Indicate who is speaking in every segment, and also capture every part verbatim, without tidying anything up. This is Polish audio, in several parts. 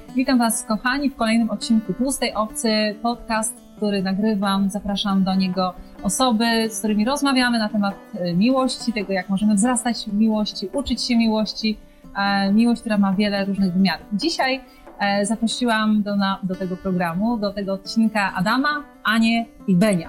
Speaker 1: Witam Was, kochani, w kolejnym odcinku Tłustej Owcy, podcast, który nagrywam. Zapraszam do niego osoby, z którymi rozmawiamy na temat miłości, tego jak możemy wzrastać w miłości, uczyć się miłości. Miłość, która ma wiele różnych wymiarów. Dzisiaj zaprosiłam do, na, do tego programu, do tego odcinka Adama, Anię i Benia.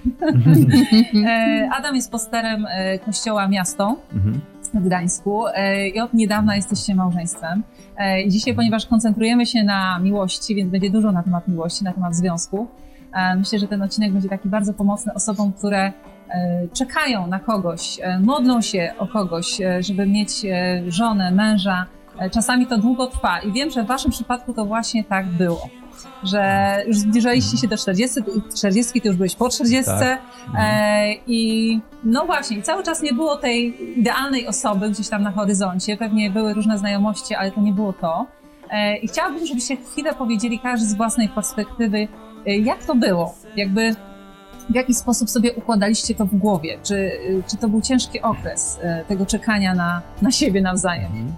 Speaker 1: Adam jest pasterem kościoła Miasto w Gdańsku i od niedawna jesteście małżeństwem. I dzisiaj, ponieważ koncentrujemy się na miłości, więc będzie dużo na temat miłości, na temat związku, myślę, że ten odcinek będzie taki bardzo pomocny osobom, które czekają na kogoś, modlą się o kogoś, żeby mieć żonę, męża. Czasami to długo trwa i wiem, że w Waszym przypadku to właśnie tak było, że już zbliżaliście się do czterdziestki, czterdziestki, Ty już byłeś po czterdziestce tak. I no właśnie, cały czas nie było tej idealnej osoby gdzieś tam na horyzoncie, pewnie były różne znajomości, ale to nie było to. I chciałabym, żebyście chwilę powiedzieli każdy z własnej perspektywy, jak to było, jakby w jaki sposób sobie układaliście to w głowie, czy, czy to był ciężki okres tego czekania na, na siebie nawzajem. Mhm.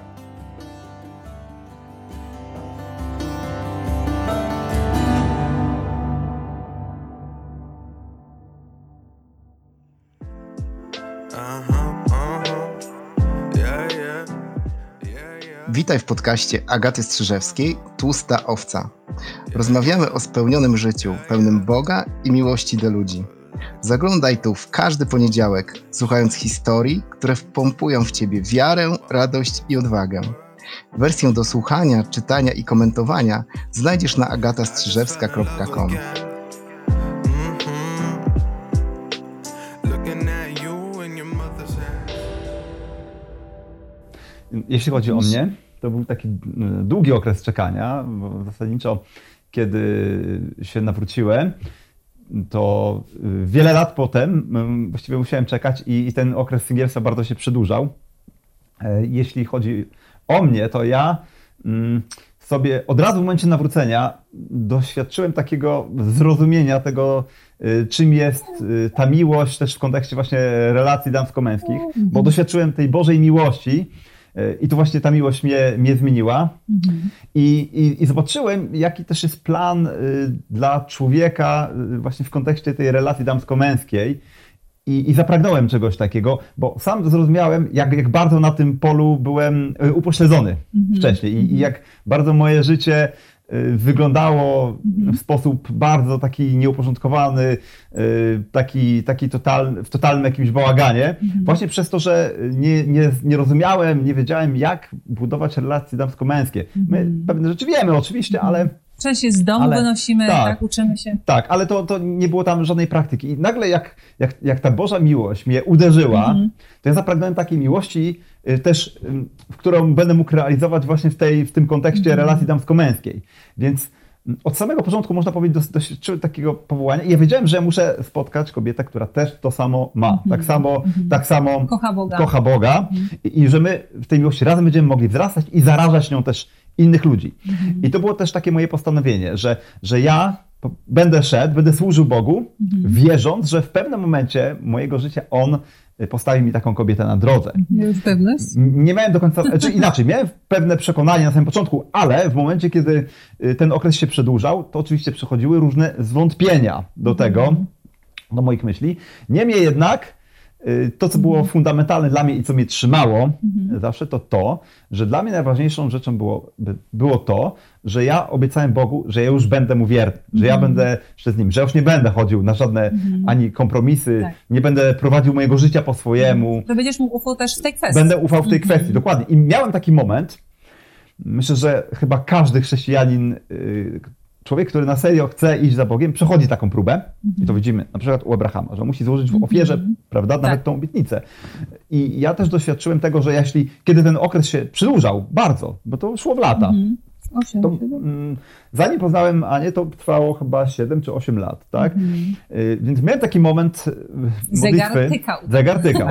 Speaker 2: Witaj w podcaście Agaty Strzyżewskiej, Tłusta Owca. Rozmawiamy o spełnionym życiu, pełnym Boga i miłości do ludzi. Zaglądaj tu w każdy poniedziałek, słuchając historii, które wpompują w Ciebie wiarę, radość i odwagę. Wersję do słuchania, czytania i komentowania znajdziesz na agata strzyżewska kropka com.
Speaker 3: Jeśli chodzi o mnie, to był taki długi okres czekania, bo zasadniczo kiedy się nawróciłem, to wiele lat potem właściwie musiałem czekać i ten okres singielstwa bardzo się przedłużał. Jeśli chodzi o mnie, to ja sobie od razu w momencie nawrócenia doświadczyłem takiego zrozumienia tego, czym jest ta miłość też w kontekście właśnie relacji damsko-męskich, bo doświadczyłem tej Bożej miłości i to właśnie ta miłość mnie, mnie zmieniła. Mhm. I, i, I zobaczyłem, jaki też jest plan dla człowieka właśnie w kontekście tej relacji damsko-męskiej. I, I zapragnąłem czegoś takiego, bo sam zrozumiałem, jak, jak bardzo na tym polu byłem upośledzony mhm. wcześniej i, i jak bardzo moje życie wyglądało w sposób bardzo taki nieuporządkowany, taki, taki total, w totalnym jakimś bałaganie. Mhm. Właśnie przez to, że nie, nie, nie rozumiałem, nie wiedziałem, jak budować relacje damsko-męskie. My mhm. pewne rzeczy wiemy oczywiście, mhm. ale...
Speaker 1: Częściej z domu ale, wynosimy, tak, tak, uczymy się.
Speaker 3: Tak, ale to, to nie było tam żadnej praktyki. I nagle jak, jak, jak ta Boża miłość mnie uderzyła, mm-hmm. to ja zapragnąłem takiej miłości y, też, y, którą będę mógł realizować właśnie w, tej, w tym kontekście mm-hmm. relacji damsko-męskiej. Więc y, od samego początku można powiedzieć, doświadczyłem takiego powołania i ja wiedziałem, że muszę spotkać kobietę, która też to samo ma. Mm-hmm. Tak samo, mm-hmm. tak samo
Speaker 1: kocha Boga.
Speaker 3: Kocha Boga mm-hmm. i, i że my w tej miłości razem będziemy mogli wzrastać i zarażać nią też innych ludzi. Mhm. I to było też takie moje postanowienie, że, że ja będę szedł, będę służył Bogu, mhm. wierząc, że w pewnym momencie mojego życia On postawi mi taką kobietę na drodze.
Speaker 1: Miałeś pewność?
Speaker 3: Nie miałem do końca, czy inaczej, miałem pewne przekonanie na samym początku, ale w momencie, kiedy ten okres się przedłużał, to oczywiście przychodziły różne zwątpienia do mhm. tego, do moich myśli. Niemniej jednak to, co było fundamentalne dla mnie i co mnie trzymało mhm. zawsze, to to, że dla mnie najważniejszą rzeczą było, było to, że ja obiecałem Bogu, że ja już będę Mu wierny, mhm. że ja będę przez Nim, że już nie będę chodził na żadne mhm. ani kompromisy, tak. nie będę prowadził mojego życia po swojemu.
Speaker 1: Że będziesz mu ufał też w tej kwestii.
Speaker 3: Będę ufał w tej mhm. kwestii, dokładnie. I miałem taki moment, myślę, że chyba każdy chrześcijanin, człowiek, który na serio chce iść za Bogiem, przechodzi taką próbę. Mm-hmm. I to widzimy na przykład u Abrahama, że musi złożyć w ofierze, mm-hmm. prawda, nawet tak. tą obietnicę. I ja też doświadczyłem tego, że jeśli, kiedy ten okres się przedłużał bardzo, bo to szło w lata, mm-hmm. osiem, to, mm, zanim poznałem Anię, to trwało chyba siedem czy osiem lat, tak? Mm-hmm. Y, więc miałem taki moment modlitwy.
Speaker 1: Zegar tykał.
Speaker 3: Zegar tykał.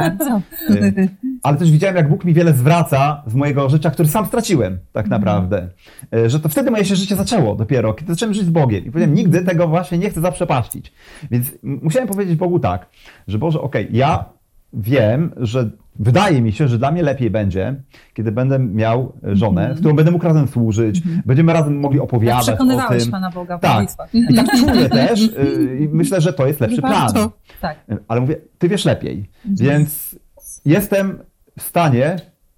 Speaker 3: y, ale też widziałem, jak Bóg mi wiele zwraca z mojego życia, które sam straciłem tak naprawdę. Mm-hmm. y, że to wtedy moje się życie zaczęło dopiero, kiedy zacząłem żyć z Bogiem. I powiedziałem, nigdy tego właśnie nie chcę zaprzepaścić. Więc musiałem powiedzieć Bogu tak, że Boże, okej, okay, ja wiem, że wydaje mi się, że dla mnie lepiej będzie, kiedy będę miał żonę,
Speaker 1: Mhm.
Speaker 3: z którą będę mógł razem służyć,
Speaker 1: Mhm.
Speaker 3: będziemy razem mogli
Speaker 1: Tak
Speaker 3: opowiadać o
Speaker 1: przekonywałeś
Speaker 3: tym.
Speaker 1: Pana Boga w
Speaker 3: Tak.
Speaker 1: modlitwach.
Speaker 3: I tak czuję też y, i myślę, że to jest lepszy plan.
Speaker 4: Warto.
Speaker 1: Tak.
Speaker 3: Ale mówię, ty wiesz lepiej,
Speaker 1: Mhm.
Speaker 3: więc jestem w stanie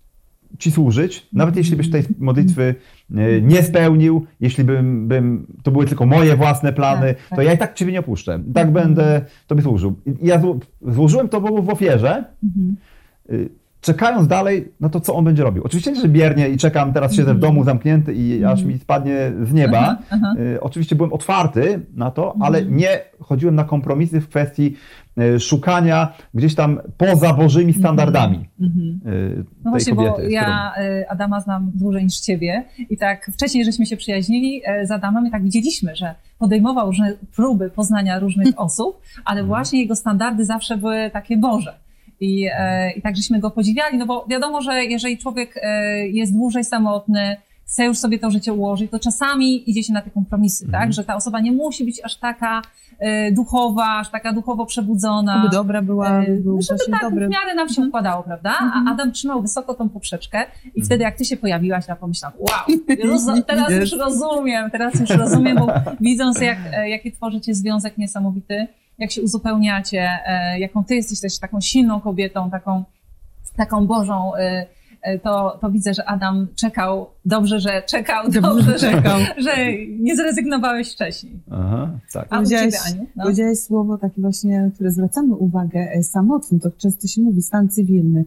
Speaker 3: Ci służyć, nawet jeśli byś tej modlitwy e, nie spełnił, jeśli bym, bym, to były tylko moje własne plany,
Speaker 1: Tak, tak.
Speaker 3: to ja i tak Ciebie nie opuszczę. Tak będę Tobie służył. I ja zło, złożyłem to Bogu w ofierze,
Speaker 1: Mhm.
Speaker 3: y, czekając dalej na to, co On będzie robił. Oczywiście nie, że biernie i czekam, teraz siedzę w domu zamknięty i aż mi spadnie z nieba.
Speaker 1: Aha, aha.
Speaker 3: Y, Oczywiście byłem otwarty na to, ale nie chodziłem na kompromisy w kwestii y, szukania gdzieś tam poza Bożymi standardami
Speaker 1: Mhm.
Speaker 3: y,
Speaker 1: No
Speaker 3: tej
Speaker 1: właśnie,
Speaker 3: kobiety.
Speaker 1: bo
Speaker 3: z
Speaker 1: ja y, Adama znam dłużej niż ciebie i tak wcześniej żeśmy się przyjaźnili y, z Adamem i tak widzieliśmy, że podejmował różne próby poznania różnych osób, ale właśnie jego standardy zawsze były takie Boże. I, e, I tak żeśmy go podziwiali, no bo wiadomo, że jeżeli człowiek e, jest dłużej samotny, chce już sobie to życie ułożyć, to czasami idzie się na te kompromisy,
Speaker 3: Mhm.
Speaker 1: tak? Że ta osoba nie musi być aż taka e, duchowa, aż taka duchowo przebudzona.
Speaker 4: Żeby dobra była,
Speaker 1: E,
Speaker 4: był
Speaker 1: żeby
Speaker 4: właśnie
Speaker 1: tak
Speaker 4: dobry.
Speaker 1: w miarę nam się układało, prawda?
Speaker 4: Mhm.
Speaker 1: A Adam trzymał wysoko tą poprzeczkę i wtedy jak ty się pojawiłaś, ja pomyślałam, wow, roz- teraz już rozumiem, teraz już rozumiem, bo widząc jak, e, jaki tworzycie związek niesamowity, jak się uzupełniacie, e, jaką ty jesteś też taką silną kobietą, taką, taką Bożą, e, e, to, to widzę, że Adam czekał, dobrze, że czekał, dobrze, że,
Speaker 4: czekał.
Speaker 1: że nie zrezygnowałeś wcześniej.
Speaker 3: Aha, tak.
Speaker 1: A u
Speaker 4: Powiedziałaś-
Speaker 1: ciebie, Aniu? No.
Speaker 4: Powiedziałeś słowo takie właśnie, które zwracamy uwagę, e, samotny, to często się mówi, stan cywilny.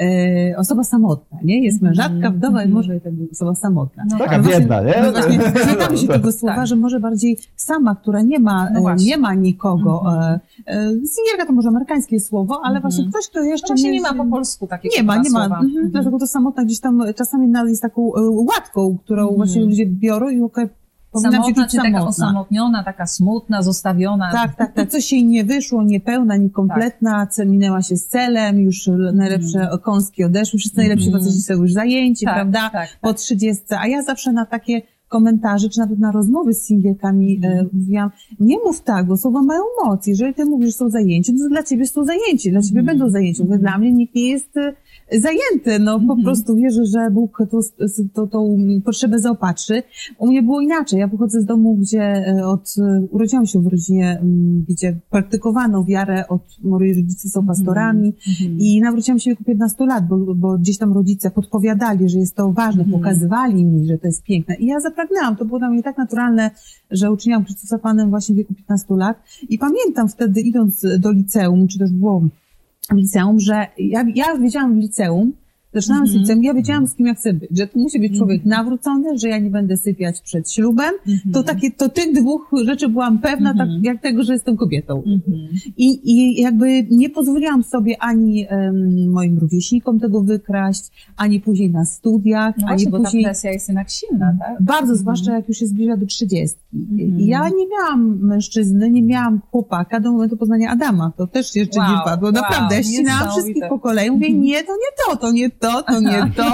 Speaker 4: E, osoba samotna, nie? Jest
Speaker 1: Mhm.
Speaker 4: mężatka, wdowa i
Speaker 1: Mhm.
Speaker 4: może tak być osoba samotna.
Speaker 1: No
Speaker 3: Taka
Speaker 1: tak.
Speaker 4: właśnie-
Speaker 3: biedna, nie?
Speaker 4: No właśnie, zgadzamy się tego słowa,
Speaker 1: Tak.
Speaker 4: że może bardziej sama, która nie ma,
Speaker 1: No
Speaker 4: e,
Speaker 1: właśnie.
Speaker 4: nie ma nikogo.
Speaker 1: Mhm.
Speaker 4: E, e, Singielka to może amerykańskie słowo, ale
Speaker 1: Mhm.
Speaker 4: właśnie ktoś, kto
Speaker 1: No
Speaker 4: jeszcze
Speaker 1: właśnie nie ma po polsku takiego
Speaker 4: Nie ma, nie ma.
Speaker 1: słowa.
Speaker 4: Mhm.
Speaker 1: Mhm.
Speaker 4: Dlatego to samotna gdzieś tam czasami nadal jest taką e, łatką, którą
Speaker 1: Mhm.
Speaker 4: właśnie ludzie biorą i okej, powinna się
Speaker 1: Samotna,
Speaker 4: czuć
Speaker 1: czy taka
Speaker 4: samotna.
Speaker 1: osamotniona, taka smutna, zostawiona.
Speaker 4: Tak, tak, tak. Coś jej nie wyszło, niepełna, niekompletna, ce- minęła się z celem, już najlepsze kąski odeszły, wszyscy najlepsi
Speaker 1: Mhm.
Speaker 4: faceci są już zajęci,
Speaker 1: tak,
Speaker 4: prawda?
Speaker 1: Tak, tak.
Speaker 4: Po trzydziestce. A ja zawsze na takie komentarze, czy nawet na rozmowy z singielkami
Speaker 1: Mhm.
Speaker 4: e, mówiłam, nie mów tak, bo słowa mają moc. Jeżeli ty mówisz, że są zajęci, to dla ciebie są zajęci, dla ciebie
Speaker 1: Mhm.
Speaker 4: będą zajęci. Mówię, dla mnie nikt nie jest e, zajęty. No po
Speaker 1: Mhm.
Speaker 4: prostu wierzę, że Bóg to, to, tą potrzebę zaopatrzy. U mnie było inaczej. Ja pochodzę z domu, gdzie e, od, e, urodziłam się w rodzinie, m, gdzie praktykowano wiarę, od moi rodzice są pastorami.
Speaker 1: Mhm.
Speaker 4: I nawróciłam się w wieku piętnastu lat, bo, bo gdzieś tam rodzice podpowiadali, że jest to ważne,
Speaker 1: Mhm.
Speaker 4: pokazywali mi, że to jest piękne. I ja zapragnęłam, to było dla mnie tak naturalne, że uczyniłam Chrystusa Panem właśnie w wieku piętnastu lat. I pamiętam wtedy, idąc do liceum, czy też było w liceum, że ja, ja wiedziałam w liceum, zaczynałam
Speaker 1: Mhm.
Speaker 4: z liceum, ja wiedziałam, z kim ja chcę być, że to musi być człowiek
Speaker 1: Mhm.
Speaker 4: nawrócony, że ja nie będę sypiać przed ślubem.
Speaker 1: Mhm.
Speaker 4: To takie, to tych dwóch rzeczy byłam pewna,
Speaker 1: Mhm.
Speaker 4: tak jak tego, że jestem kobietą.
Speaker 1: Mhm.
Speaker 4: I, I jakby nie pozwoliłam sobie ani em, moim rówieśnikom tego wykraść, ani później na studiach,
Speaker 1: No
Speaker 4: ani
Speaker 1: właśnie, bo ta
Speaker 4: później...
Speaker 1: presja jest jednak silna, tak?
Speaker 4: Bardzo,
Speaker 1: Mhm.
Speaker 4: zwłaszcza jak już się zbliża do trzydziestki.
Speaker 1: Mhm.
Speaker 4: I ja nie miałam mężczyzny, nie miałam chłopaka do momentu poznania Adama. To też jeszcze
Speaker 1: Wow,
Speaker 4: nie padło.
Speaker 1: wow,
Speaker 4: Naprawdę, ja ścinałam
Speaker 1: niesamowite.
Speaker 4: wszystkich po kolei. Mówię,
Speaker 1: Mhm.
Speaker 4: nie, to nie to, to nie to, to nie to.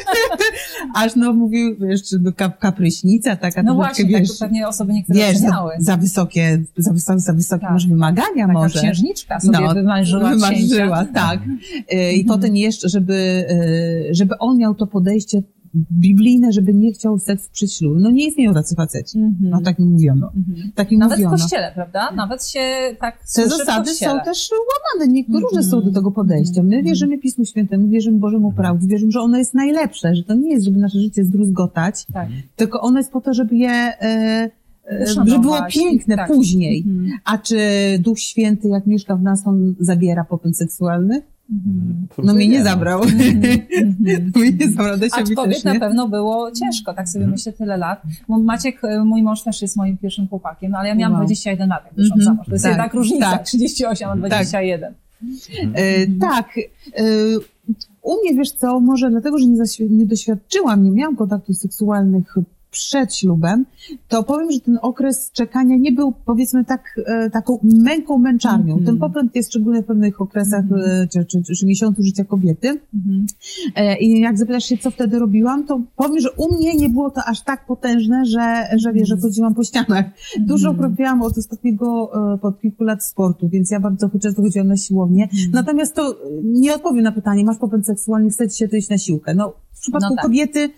Speaker 4: Aż no mówił, jeszcze kap, kapryśnica taka,
Speaker 1: No
Speaker 4: troszeczkę,
Speaker 1: właśnie, tak
Speaker 4: wiesz,
Speaker 1: to pewnie osoby niektóre
Speaker 4: wiesz, za,
Speaker 1: miały.
Speaker 4: za wysokie, za wysokie, za wysokie
Speaker 1: Tak,
Speaker 4: może wymagania
Speaker 1: Taka
Speaker 4: może.
Speaker 1: księżniczka sobie
Speaker 4: No,
Speaker 1: wymarzyła
Speaker 4: Wymarzyła,
Speaker 1: księcia.
Speaker 4: tak. Y, I
Speaker 1: Mhm.
Speaker 4: potem jeszcze, żeby, y, żeby on miał to podejście biblijne, żeby nie chciał seks przed ślubem. No nie istnieją tacy faceci.
Speaker 1: Mhm.
Speaker 4: No tak mi mówiono.
Speaker 1: Mhm.
Speaker 4: Tak mi
Speaker 1: Nawet w
Speaker 4: mówiono.
Speaker 1: kościele, prawda? Nawet się tak
Speaker 4: Te
Speaker 1: słyszy w
Speaker 4: zasady
Speaker 1: kościele.
Speaker 4: są też łamane. Nie,
Speaker 1: Mhm.
Speaker 4: różne są do tego podejścia. My
Speaker 1: Mhm.
Speaker 4: wierzymy Pismu Świętemu, wierzymy Bożemu prawu, wierzymy, że ono jest najlepsze, że to nie jest, żeby nasze życie zdruzgotać,
Speaker 1: Tak.
Speaker 4: tylko ono jest po to, żeby je, e, e,
Speaker 1: Uszanować.
Speaker 4: żeby było piękne
Speaker 1: Tak.
Speaker 4: później.
Speaker 1: Mhm.
Speaker 4: A czy Duch Święty, jak mieszka w nas, on zabiera popęd seksualny?
Speaker 1: Mhm.
Speaker 4: No mnie nie zabrał.
Speaker 1: Mhm. Mhm.
Speaker 4: Mnie nie zabrał, Desia mi
Speaker 1: Aczkolwiek
Speaker 4: też
Speaker 1: na
Speaker 4: nie.
Speaker 1: pewno było ciężko, tak sobie
Speaker 3: Mhm.
Speaker 1: myślę, tyle lat. Bo Maciek, e, mój mąż też jest moim pierwszym chłopakiem, no ale ja miałam
Speaker 4: Wow.
Speaker 1: dwadzieścia jeden lat, jak wyszłam
Speaker 4: Mhm.
Speaker 1: za mąż. To jest
Speaker 4: Tak,
Speaker 1: jednak różnica,
Speaker 4: tak.
Speaker 1: trzydzieści osiem, a dwadzieścia jeden.
Speaker 4: E, tak. E, u mnie, wiesz co, może dlatego, że nie, zaś- nie doświadczyłam, nie miałam kontaktów seksualnych przed ślubem, to powiem, że ten okres czekania nie był, powiedzmy, tak, e, taką męką, męczarnią.
Speaker 1: Mhm.
Speaker 4: Ten popęd jest szczególnie w pewnych okresach, e, czy, czy, czy miesiącu życia kobiety.
Speaker 1: Mhm.
Speaker 4: E, I jak zapytasz się, co wtedy robiłam, to powiem, że u mnie nie było to aż tak potężne, że, że wiesz, że chodziłam po ścianach. Dużo uprawiałam od ostatniego, e, od kilku lat sportu, więc ja bardzo często chodziłam na siłownię.
Speaker 1: Mhm.
Speaker 4: Natomiast to nie odpowiem na pytanie, masz popęd seksualny, chcecie się to iść na siłkę. No, w przypadku
Speaker 1: No tak.
Speaker 4: kobiety,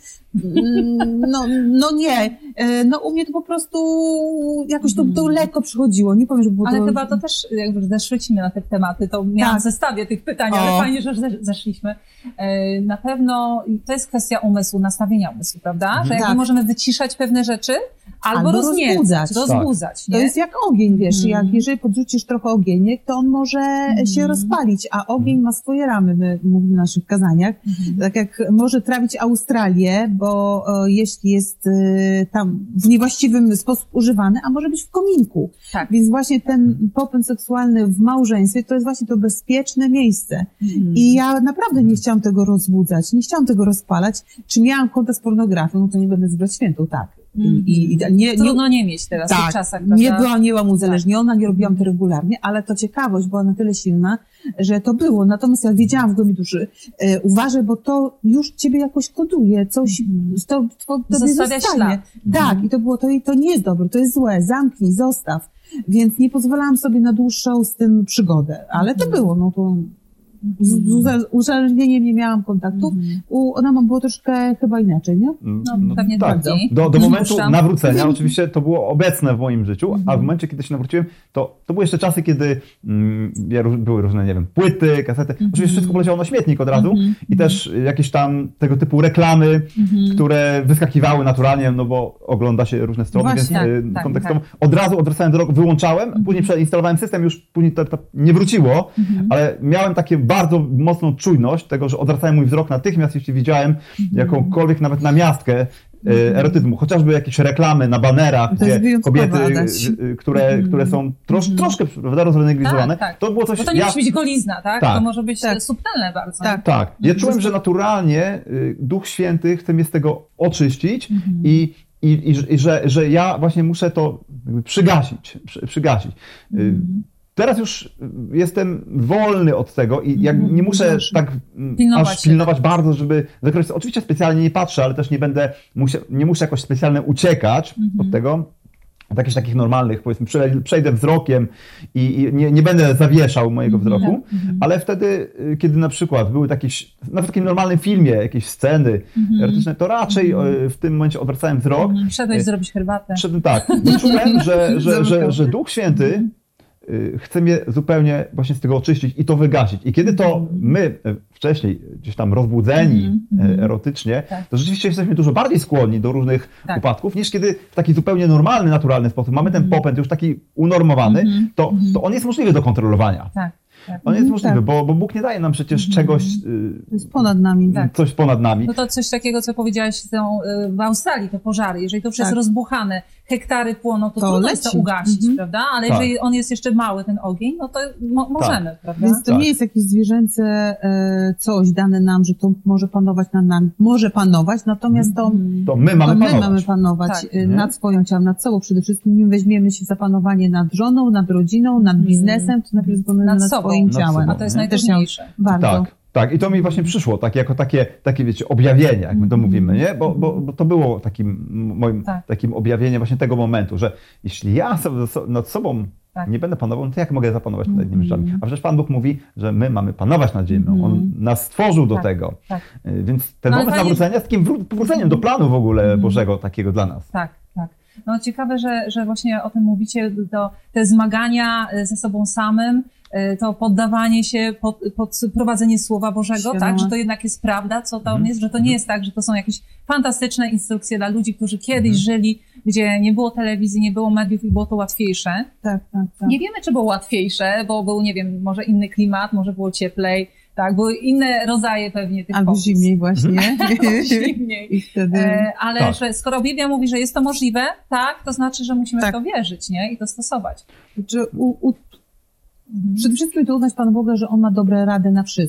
Speaker 4: mm, no, no nie. E, No u mnie to po prostu jakoś to, to lekko przychodziło. Nie powiem, że było
Speaker 1: Ale
Speaker 4: to...
Speaker 1: chyba to też, jakby zeszłyśmy na te tematy, to miałam
Speaker 4: Tak.
Speaker 1: w zestawie tych pytań,
Speaker 4: O.
Speaker 1: ale fajnie, że zesz- zeszliśmy. E, Na pewno to jest kwestia umysłu, nastawienia umysłu, prawda? Że jakby
Speaker 4: Tak.
Speaker 1: możemy wyciszać pewne rzeczy albo,
Speaker 4: Albo
Speaker 1: rozniecać,
Speaker 4: rozbudzać.
Speaker 1: rozbudzać.
Speaker 4: To
Speaker 1: nie?
Speaker 4: jest jak ogień, wiesz,
Speaker 1: Mhm.
Speaker 4: jak jeżeli podrzucisz trochę ogieniek, to on może
Speaker 1: Mhm.
Speaker 4: się rozpalić, a ogień ma swoje ramy, my mówimy w naszych kazaniach.
Speaker 1: Mhm.
Speaker 4: Tak jak może trawić Australię, bo e, jeśli jest e, tam w niewłaściwym sposób używany, a może być w kominku.
Speaker 1: Tak.
Speaker 4: Więc właśnie ten popęd seksualny w małżeństwie to jest właśnie to bezpieczne miejsce.
Speaker 1: Mhm.
Speaker 4: I ja naprawdę nie chciałam tego rozbudzać, nie chciałam tego rozpalać. Czy miałam kontakt z pornografią, no to nie będę zbrać świętą, tak. I, i, i nie, nie,
Speaker 1: Trudno nie mieć teraz w tych
Speaker 4: tak,
Speaker 1: czasach,
Speaker 4: nie
Speaker 1: prawda?
Speaker 4: byłam, nie byłam uzależniona, nie robiłam to regularnie, ale to ciekawość była na tyle silna, że to było. Natomiast ja wiedziałam w głębi duszy, e, uważaj, bo to już ciebie jakoś koduje, coś,
Speaker 1: Mhm.
Speaker 4: to, to, to
Speaker 1: Zostawia
Speaker 4: zostanie.
Speaker 1: ślad.
Speaker 4: Tak,
Speaker 1: Mhm.
Speaker 4: i to było, to, to nie jest dobre, to jest złe, zamknij, zostaw. Więc nie pozwalałam sobie na dłuższą z tym przygodę, ale to
Speaker 1: Mhm.
Speaker 4: było, no to z, z uza- uzależnieniem nie miałam kontaktów.
Speaker 1: Mhm.
Speaker 4: U, ona ma było troszkę chyba inaczej, nie?
Speaker 1: No, pewnie
Speaker 3: tak.
Speaker 1: bardziej.
Speaker 3: Do, do momentu
Speaker 1: Przypuszczam.
Speaker 3: nawrócenia oczywiście to było obecne w moim życiu, a w momencie, kiedy się nawróciłem, to, to były jeszcze czasy, kiedy mm, ja, ró- były różne, nie wiem, płyty, kasety. Oczywiście wszystko poleciało na śmietnik od razu
Speaker 1: Mhm.
Speaker 3: i też jakieś tam tego typu reklamy,
Speaker 1: Mhm.
Speaker 3: które wyskakiwały naturalnie, no bo ogląda się różne strony,
Speaker 4: Właśnie,
Speaker 3: więc y,
Speaker 1: tak, tak,
Speaker 3: kontekstowo od razu odwracałem wzrok, wyłączałem, później przeinstalowałem system, już później to, to nie wróciło,
Speaker 1: Mhm.
Speaker 3: ale miałem takie bardzo mocną czujność tego, że odwracałem mój wzrok natychmiast, jeśli widziałem jakąkolwiek nawet namiastkę e, erotyzmu, chociażby jakieś reklamy na banerach,
Speaker 4: To jest
Speaker 3: gdzie
Speaker 4: wyjątkowe,
Speaker 3: kobiety,
Speaker 4: Adaś.
Speaker 3: y, y, które, które są trosz,
Speaker 1: Mhm.
Speaker 3: troszkę prawda, roznegliżowane,
Speaker 1: Tak, tak.
Speaker 3: to było coś...
Speaker 1: Bo to nie
Speaker 3: ja-
Speaker 1: musi być golizna, tak?
Speaker 3: Tak.
Speaker 1: To może być
Speaker 4: Tak.
Speaker 1: tak. subtelne bardzo.
Speaker 4: Tak.
Speaker 3: Tak, ja czułem, że naturalnie y, Duch Święty chce mnie z tego oczyścić
Speaker 1: Mhm.
Speaker 3: i, i, i, i że, że ja właśnie muszę to jakby przygasić, przy, przygasić. Y,
Speaker 1: Mhm.
Speaker 3: Teraz już jestem wolny od tego i jak
Speaker 1: Mhm.
Speaker 3: nie muszę
Speaker 1: Proszę.
Speaker 3: tak mm,
Speaker 1: Pilnować
Speaker 3: aż
Speaker 1: się
Speaker 3: pilnować bardzo, żeby zakreślić. Oczywiście specjalnie nie patrzę, ale też nie będę, musia, nie muszę jakoś specjalnie uciekać
Speaker 1: Mhm.
Speaker 3: od tego. Od jakichś takich normalnych, powiedzmy, przejdę, przejdę wzrokiem i, i nie, nie będę zawieszał mojego wzroku,
Speaker 1: Mhm.
Speaker 3: ale wtedy, y, kiedy na przykład były takie, nawet w takim normalnym filmie, jakieś sceny
Speaker 1: Mhm.
Speaker 3: erotyczne, to raczej y, w tym momencie odwracałem wzrok.
Speaker 1: Mhm. Wszedłeś
Speaker 3: Y,
Speaker 1: zrobić herbatę.
Speaker 3: Szedłem tak, bo czułem, że, że, że, że Duch Święty y, chce mnie zupełnie właśnie z tego oczyścić i to wygasić. I kiedy to my y, wcześniej gdzieś tam rozbudzeni
Speaker 1: Mhm.
Speaker 3: y, erotycznie,
Speaker 1: Tak.
Speaker 3: to rzeczywiście jesteśmy dużo bardziej skłonni do różnych
Speaker 1: Tak.
Speaker 3: upadków, niż kiedy w taki zupełnie normalny, naturalny sposób mamy ten popęd już taki unormowany,
Speaker 1: Mhm.
Speaker 3: to, to on jest możliwy do kontrolowania.
Speaker 1: Tak. tak.
Speaker 3: On jest
Speaker 4: Mhm,
Speaker 3: możliwy,
Speaker 4: tak.
Speaker 3: bo, bo Bóg nie daje nam przecież
Speaker 1: Mhm.
Speaker 3: czegoś,
Speaker 4: To jest ponad nami.
Speaker 3: y,
Speaker 1: Tak.
Speaker 3: coś ponad nami.
Speaker 1: No to coś takiego, co powiedziałaś są, y, w Australii, te pożary. Jeżeli to już jest
Speaker 4: Tak.
Speaker 1: rozbuchane, hektary płoną, to,
Speaker 4: To
Speaker 1: trudno jest to
Speaker 4: leci.
Speaker 1: ugasić,
Speaker 4: Mhm.
Speaker 1: prawda? Ale
Speaker 3: Tak.
Speaker 1: jeżeli on jest jeszcze mały, ten ogień, no to mo- możemy, prawda?
Speaker 4: Więc to
Speaker 3: Tak.
Speaker 4: nie jest jakieś zwierzęce e, coś dane nam, że to może panować nad nami. Może panować, natomiast to,
Speaker 1: Mhm.
Speaker 3: To my
Speaker 4: to
Speaker 3: mamy
Speaker 4: my
Speaker 3: panować.
Speaker 4: mamy panować
Speaker 1: Tak.
Speaker 4: e,
Speaker 3: Nie?
Speaker 4: nad swoją ciałem, nad sobą przede wszystkim. Nim weźmiemy się za panowanie nad żoną, nad rodziną, nad
Speaker 1: Mhm.
Speaker 4: biznesem, to najpierw zbanujemy
Speaker 1: Nad
Speaker 4: nad,
Speaker 1: sobą.
Speaker 4: swoim
Speaker 3: Nad
Speaker 4: ciałem.
Speaker 3: sobą.
Speaker 1: A to jest
Speaker 3: Nie?
Speaker 1: najważniejsze.
Speaker 4: Bardzo.
Speaker 3: Tak, tak. I to mi właśnie przyszło, tak, jako takie, takie, wiecie, objawienie, jak my to
Speaker 1: Mhm.
Speaker 3: mówimy, nie? Bo, bo, bo to było takim moim
Speaker 1: Tak.
Speaker 3: takim objawieniem właśnie tego momentu, że jeśli ja so, so, nad sobą
Speaker 1: Tak.
Speaker 3: nie będę panował, no to jak mogę zapanować nad innymi
Speaker 1: Mhm.
Speaker 3: rzeczami? A przecież Pan Bóg mówi, że my mamy panować nad ziemią.
Speaker 1: Mhm.
Speaker 3: On nas stworzył do
Speaker 1: Tak,
Speaker 3: tego.
Speaker 1: tak.
Speaker 3: Y, Więc ten
Speaker 1: No, ale
Speaker 3: okres
Speaker 1: fajnie-
Speaker 3: nawrócenia jest takim wró- powróceniem do planu w ogóle
Speaker 1: Mhm.
Speaker 3: Bożego takiego dla nas.
Speaker 1: Tak, tak. No ciekawe, że, że właśnie o tym mówicie, to, te zmagania ze sobą samym, y, to poddawanie się pod, pod prowadzenie Słowa Bożego,
Speaker 4: Świadomość.
Speaker 1: tak, że to jednak jest prawda, co tam
Speaker 3: Mhm.
Speaker 1: jest, że to nie jest tak, że to są jakieś fantastyczne instrukcje dla ludzi, którzy kiedyś
Speaker 3: Mhm.
Speaker 1: żyli, gdzie nie było telewizji, nie było mediów i było to łatwiejsze.
Speaker 4: Tak, tak, tak.
Speaker 1: Nie wiemy, czy było łatwiejsze, bo był, nie wiem, może inny klimat, może było cieplej, tak, były inne rodzaje pewnie tych
Speaker 4: Albo
Speaker 1: pokus.
Speaker 4: zimniej właśnie.
Speaker 1: Zimniej.
Speaker 4: I wtedy...
Speaker 1: E, ale
Speaker 3: Tak.
Speaker 1: że skoro Biblia mówi, że jest to możliwe, tak, to znaczy, że musimy
Speaker 4: Tak.
Speaker 1: w to wierzyć, nie? I to stosować.
Speaker 4: Że u, u,
Speaker 1: Mhm.
Speaker 4: przede wszystkim to uznać Pana Boga, że On ma dobre rady na wszystko.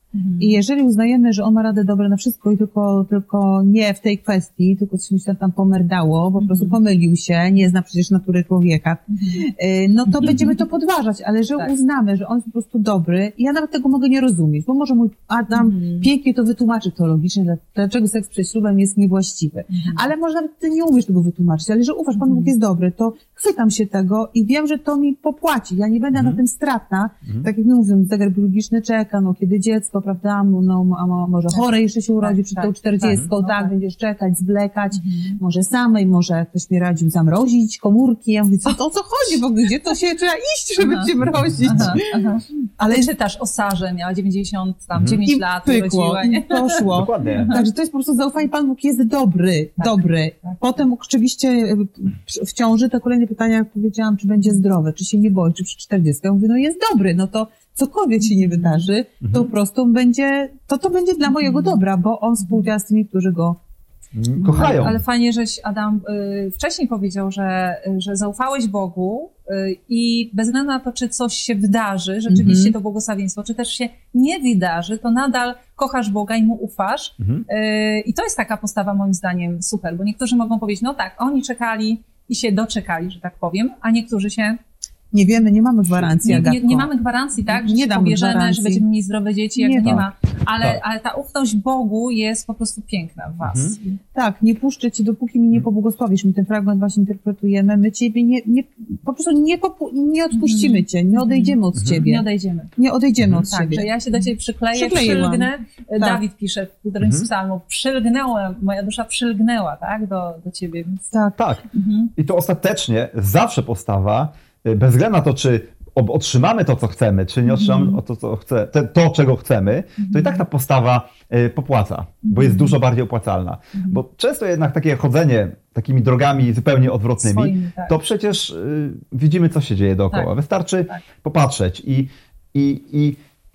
Speaker 4: Mhm. I jeżeli uznajemy, że on ma radę dobre na wszystko i tylko, tylko nie w tej kwestii, tylko coś mi się tam pomerdało, po prostu pomylił się, nie zna przecież natury człowieka, mhm. no to mhm. będziemy to podważać, ale że tak. uznamy, że on jest po prostu dobry, ja nawet tego mogę nie rozumieć, bo może mój Adam mhm. pięknie to wytłumaczy teologicznie, dlaczego seks przed ślubem jest niewłaściwy. Mhm. Ale może nawet ty nie umiesz tego wytłumaczyć, ale że ufasz, Pan Bóg jest dobry, to chwytam się tego i wiem, że to mi popłaci. Ja nie będę mhm. na tym stratna. Mhm. Tak jak my mówimy, zegar biologiczny czeka, no kiedy dziecko, prawda, no a może chore jeszcze się urodzi tak, przed tak, tą czterdziestką, tak, tak, tak, będziesz czekać, zwlekać, mhm. może samej, może ktoś mi radził zamrozić komórki. Ja mówię, co, to o co chodzi w ogóle? Gdzie to się trzeba iść, żeby aha. cię mrozić? Aha, aha.
Speaker 1: Ale ty czytasz o Sarze, miała dziewięćdziesiąt tam dziewięć mhm. lat, urodziła,
Speaker 4: i poszło. Dokładnie. Także to jest po prostu zaufanie, Pan Bóg jest dobry, tak, dobry. Tak, Potem oczywiście w ciąży te kolejne pytania, jak powiedziałam, czy będzie zdrowe, czy się nie boi, czy przy czterdziestce. Ja mówię, no jest dobry, no to cokolwiek się nie wydarzy, to po prostu będzie, to to będzie dla mojego dobra, bo on współdziała z tymi, którzy go
Speaker 3: kochają.
Speaker 1: Ale fajnie, żeś Adam y, wcześniej powiedział, że, że zaufałeś Bogu y, i bez względu na to, czy coś się wydarzy, rzeczywiście mm-hmm. to błogosławieństwo, czy też się nie wydarzy, to nadal kochasz Boga i Mu ufasz. Mm-hmm. Y, I to jest taka postawa moim zdaniem super, bo niektórzy mogą powiedzieć, no tak, oni czekali i się doczekali, że tak powiem, a niektórzy się
Speaker 4: nie wiemy, nie mamy gwarancji,
Speaker 1: nie, nie, nie mamy gwarancji, tak, że nie powierzymy, że będziemy mieli zdrowe dzieci, jak nie, nie ma. Ale, tak. ale ta ufność Bogu jest po prostu piękna w was. Mhm.
Speaker 4: Tak, nie puszczę cię, dopóki mi nie pobłogosławisz. My ten fragment właśnie interpretujemy. My ciebie nie, nie po prostu nie, popu- nie odpuścimy cię, nie odejdziemy od
Speaker 1: mhm.
Speaker 4: ciebie.
Speaker 1: Nie odejdziemy.
Speaker 4: Nie odejdziemy mhm. od
Speaker 1: tak,
Speaker 4: ciebie.
Speaker 1: Że ja się do ciebie przykleję, przylgnę. Tak. Dawid pisze w którymś z psalmów, przylgnęła, moja dusza przylgnęła, tak, do, do ciebie. Więc...
Speaker 4: Tak.
Speaker 3: tak. Mhm. I to ostatecznie zawsze postawa, bez względu na to, czy otrzymamy to, co chcemy, czy nie otrzymamy mm. to, co chce, to, to, czego chcemy, mm. to i tak ta postawa y, popłaca, mm. bo jest dużo bardziej opłacalna. Mm. Bo często jednak takie chodzenie takimi drogami zupełnie odwrotnymi, Swoimi, tak. to przecież y, widzimy, co się dzieje dookoła. Tak. Wystarczy tak. popatrzeć i, i, i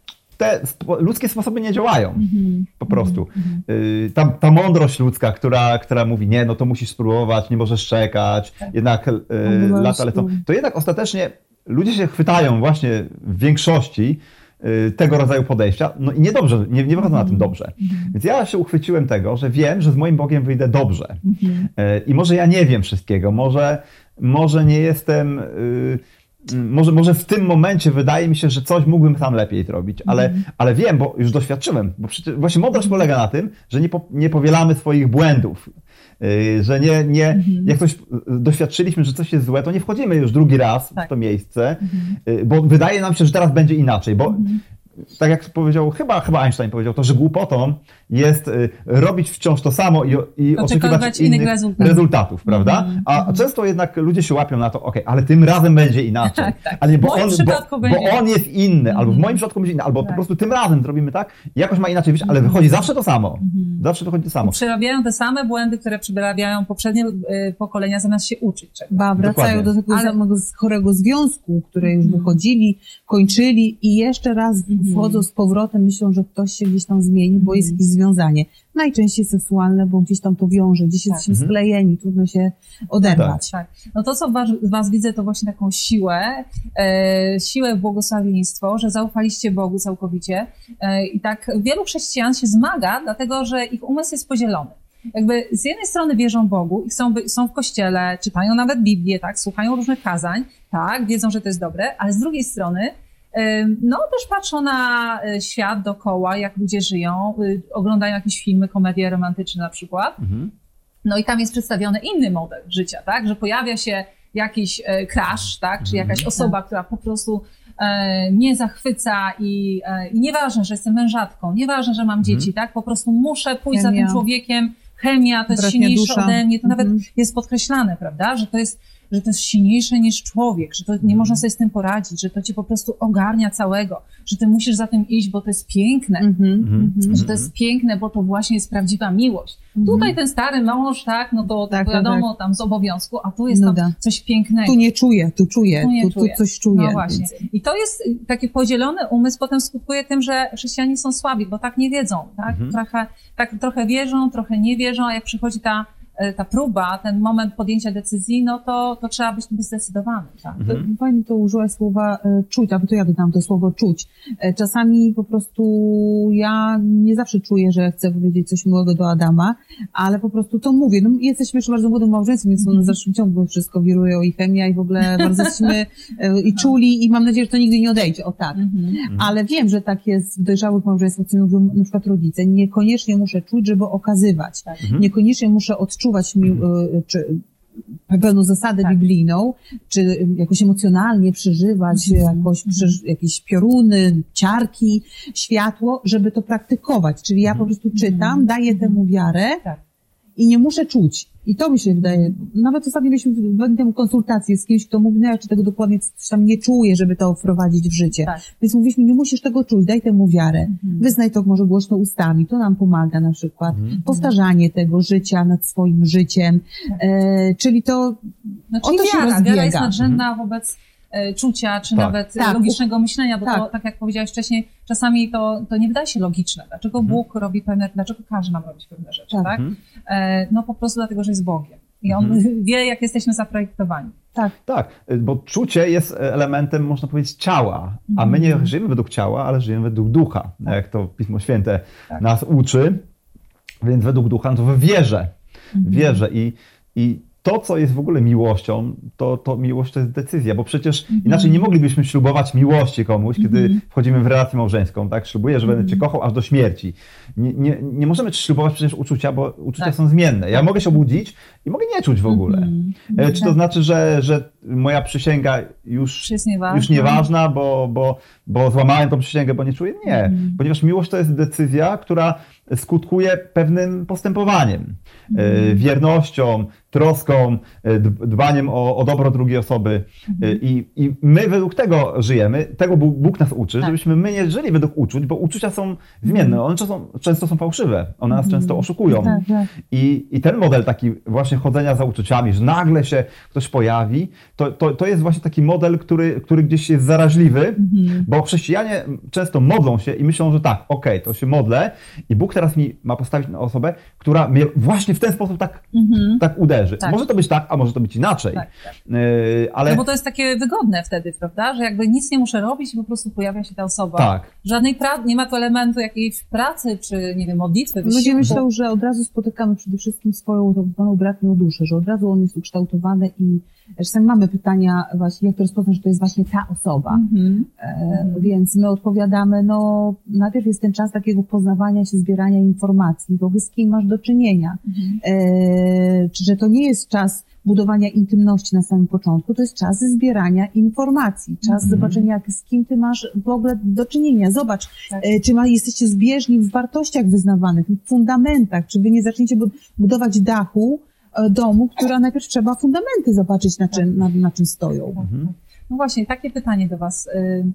Speaker 3: te spo, ludzkie sposoby nie działają mm-hmm. po prostu. Mm-hmm. Y, ta, ta mądrość ludzka, która, która mówi, nie, no to musisz spróbować, nie możesz czekać, tak. jednak y, lata lecą. To jednak ostatecznie ludzie się chwytają właśnie w większości y, tego rodzaju podejścia, no i niedobrze, nie, nie wychodzą mm-hmm. na tym dobrze. Mm-hmm. Więc ja się uchwyciłem tego, że wiem, że z moim Bogiem wyjdę dobrze. Mm-hmm. Y, I może ja nie wiem wszystkiego, może, może nie jestem... Y, Może, może w tym momencie wydaje mi się, że coś mógłbym sam lepiej zrobić, ale, mm. ale wiem, bo już doświadczyłem, bo przecież właśnie mądrość polega na tym, że nie, po, nie powielamy swoich błędów, yy, że nie, nie mm. jak coś doświadczyliśmy, że coś jest złe, to nie wchodzimy już drugi raz tak. w to miejsce, mm. yy, bo wydaje nam się, że teraz będzie inaczej, bo mm. tak jak powiedział, chyba, chyba Einstein powiedział to, że głupotą jest y, robić wciąż to samo i, i oczekiwać innych, innych rezultatów, rezultatów prawda? Mm, A mm. często jednak ludzie się łapią na to, ok, ale tym razem będzie inaczej.
Speaker 1: Tak, tak.
Speaker 3: Ale nie, bo, on, bo, bo on jest inny, mm. albo w moim przypadku będzie inny, albo tak. po prostu tym razem zrobimy tak, jakoś ma inaczej wyjść, ale wychodzi zawsze to samo. Mm. Zawsze wychodzi to samo.
Speaker 1: I przerabiają te same błędy, które przerabiają poprzednie y, pokolenia, zamiast się uczyć czegoś.
Speaker 4: Ba, wracają Dokładnie. do tego ale... samego chorego związku, które już mm. wychodzili, kończyli i jeszcze raz mm. wchodzą z powrotem, myślą, że ktoś się gdzieś tam zmieni, bo jest jakieś związanie. Najczęściej seksualne, bo gdzieś tam to wiąże, gdzieś tak. jesteśmy sklejeni, trudno się oderwać.
Speaker 1: Tak, tak. No to, co w was, was widzę, to właśnie taką siłę, e, siłę błogosławieństwo, że zaufaliście Bogu całkowicie. E, I tak wielu chrześcijan się zmaga, dlatego że ich umysł jest podzielony. Jakby z jednej strony wierzą Bogu i są, są w kościele, czytają nawet Biblię, tak, słuchają różnych kazań, tak, wiedzą, że to jest dobre, ale z drugiej strony no też patrzą na świat dookoła, jak ludzie żyją, oglądają jakieś filmy, komedie romantyczne na przykład. Mhm. No i tam jest przedstawiony inny model życia, tak, że pojawia się jakiś crush, tak, czy jakaś osoba, która po prostu e, mnie zachwyca i, e, i nieważne, że jestem mężatką, nieważne, że mam mhm. dzieci, tak, po prostu muszę pójść Chemia. za tym człowiekiem, chemia, to jest
Speaker 4: Bratnia
Speaker 1: silniejsze
Speaker 4: dusza.
Speaker 1: ode mnie, to
Speaker 4: mhm.
Speaker 1: nawet jest podkreślane, prawda, że to jest że to jest silniejsze niż człowiek, że to nie można sobie z tym poradzić, że to cię po prostu ogarnia całego, że ty musisz za tym iść, bo to jest piękne, mm-hmm. że to jest piękne, bo to właśnie jest prawdziwa miłość. Mm-hmm. Tutaj ten stary mąż, tak, no to tak, wiadomo, tak. tam z obowiązku, a tu jest no tam coś pięknego.
Speaker 4: Tu nie czuję, tu czuję, tu, nie tu, tu coś czuję.
Speaker 1: No właśnie. I to jest taki podzielony umysł, potem skutkuje tym, że chrześcijanie są słabi, bo tak nie wiedzą, tak, mm-hmm. trochę, tak trochę wierzą, trochę nie wierzą, a jak przychodzi ta ta próba, ten moment podjęcia decyzji, no to, to trzeba być zdecydowanym. Tak?
Speaker 3: Mhm.
Speaker 4: Pani to użyła słowa e, czuć, albo to ja dodam to słowo czuć. E, czasami po prostu ja nie zawsze czuję, że chcę powiedzieć coś miłego do Adama, ale po prostu to mówię. No, jesteśmy jeszcze bardzo młodym małżeństwem, więc
Speaker 1: Mhm.
Speaker 4: w dalszym ciągu wszystko wiruje i chemia i w ogóle bardzo jesteśmy e, i czuli i mam nadzieję, że to nigdy nie odejdzie. O tak.
Speaker 1: Mhm.
Speaker 4: Ale wiem, że tak jest w dojrzałych małżeństwach, co mówią na przykład rodzice. Niekoniecznie muszę czuć, żeby okazywać.
Speaker 1: Tak.
Speaker 3: Mhm.
Speaker 4: Niekoniecznie muszę odczuwać mi, y, czy pewną zasadę
Speaker 1: Tak.
Speaker 4: biblijną, czy jakoś emocjonalnie przeżywać
Speaker 1: Mhm.
Speaker 4: jakoś, przeż, jakieś pioruny, ciarki, światło, żeby to praktykować. Czyli ja po prostu czytam, daję temu wiarę
Speaker 1: Tak.
Speaker 4: i nie muszę czuć. I to mi się wydaje, nawet ostatnio mieliśmy dwa dni temu konsultację z kimś, kto mówi, no ja czy tego dokładnie coś tam nie czuję, żeby to wprowadzić w życie.
Speaker 1: Tak.
Speaker 4: Więc mówiliśmy, nie musisz tego czuć, daj temu wiarę.
Speaker 1: Mhm.
Speaker 4: Wyznaj to może głośno ustami, to nam pomaga na przykład.
Speaker 3: Mhm.
Speaker 4: Powtarzanie tego życia nad swoim życiem, e, czyli to
Speaker 1: No,
Speaker 4: o
Speaker 1: czyli
Speaker 4: to się
Speaker 1: wiara,
Speaker 4: rozbiega.
Speaker 1: wiara jest nadrzędna wobec e, czucia, czy
Speaker 3: Tak.
Speaker 1: nawet
Speaker 4: Tak.
Speaker 1: logicznego myślenia, bo to,
Speaker 4: Tak.
Speaker 1: tak jak powiedziałeś wcześniej, czasami to, to nie wydaje się logiczne. Dlaczego
Speaker 3: Mhm.
Speaker 1: Bóg robi pewne, dlaczego każe nam robić pewne rzeczy,
Speaker 4: Tak.
Speaker 1: tak?
Speaker 3: Mhm.
Speaker 1: E, no po prostu dlatego, że jest Bogiem. I On
Speaker 3: Mhm.
Speaker 1: wie, jak jesteśmy zaprojektowani.
Speaker 4: Tak,
Speaker 3: Tak, bo czucie jest elementem, można powiedzieć, ciała, a my nie żyjemy według ciała, ale żyjemy według ducha, jak to Pismo Święte
Speaker 1: Tak.
Speaker 3: nas uczy, więc według ducha, no to w wierze, wierze i, i to, co jest w ogóle miłością, to, to miłość to jest decyzja, bo przecież inaczej nie moglibyśmy ślubować miłości komuś, kiedy wchodzimy w relację małżeńską, tak? Ślubuję, że będę Cię kochał aż do śmierci. Nie, nie, nie możemy ślubować przecież uczucia, bo uczucia
Speaker 1: Tak.
Speaker 3: są zmienne. Ja mogę się obudzić i mogę nie czuć w ogóle. E, Czy to znaczy, że, że moja przysięga już,
Speaker 1: Czy jest nieważne?
Speaker 3: już nieważna, bo, bo, bo złamałem tą przysięgę, bo nie czuję? Nie, ponieważ miłość to jest decyzja, która skutkuje pewnym postępowaniem, e, wiernością, troską, e, d- dbaniem o, o dobro drugiej osoby. E, I, I my według tego żyjemy, tego Bóg, Bóg nas uczy,
Speaker 1: Tak.
Speaker 3: żebyśmy my nie żyli według uczuć, bo uczucia są zmienne, one często, często są fałszywe, one nas często oszukują.
Speaker 4: tak, tak.
Speaker 3: I, I ten model taki właśnie chodzenia za uczuciami, że nagle się ktoś pojawi, to, to, to jest właśnie taki model, który, który gdzieś jest zaraźliwy, bo chrześcijanie często modlą się i myślą, że tak, okej, to się modlę i Bóg teraz mi ma postawić na osobę, która mnie właśnie w ten sposób tak,
Speaker 1: Mhm.
Speaker 3: tak uderzy.
Speaker 1: Tak.
Speaker 3: Może to być tak, a może to być inaczej.
Speaker 1: Tak, tak.
Speaker 3: Yy, ale
Speaker 1: No bo to jest takie wygodne wtedy, prawda? Że jakby nic nie muszę robić i po prostu pojawia się ta osoba.
Speaker 3: tak.
Speaker 1: Żadnej pracy, nie ma tu elementu jakiejś pracy, czy nie wiem, modlitwy,
Speaker 4: Ludzie
Speaker 1: wysiłku.
Speaker 4: myślą, że od razu spotykamy przede wszystkim swoją tak zwaną bratnią duszę, że od razu on jest ukształtowany i czasami mamy pytania właśnie, jak to rozpoznać, że to jest właśnie ta osoba.
Speaker 1: Mhm.
Speaker 4: E, więc my odpowiadamy, no najpierw jest ten czas takiego poznawania się, zbierania informacji, bo z kim masz do czynienia.
Speaker 1: Mhm.
Speaker 4: E, czy że to nie jest czas budowania intymności na samym początku, to jest czas zbierania informacji, czas
Speaker 3: Mhm.
Speaker 4: zobaczenia, jak, z kim ty masz w ogóle do czynienia. Zobacz,
Speaker 1: Tak.
Speaker 4: e, czy ma, jesteście zbieżni w wartościach wyznawanych, w fundamentach, czy wy nie zaczniecie bu- budować dachu e, domu, która najpierw trzeba fundamenty zobaczyć, na czym, na, na czym stoją.
Speaker 3: Mhm.
Speaker 1: No właśnie, takie pytanie do Was, y,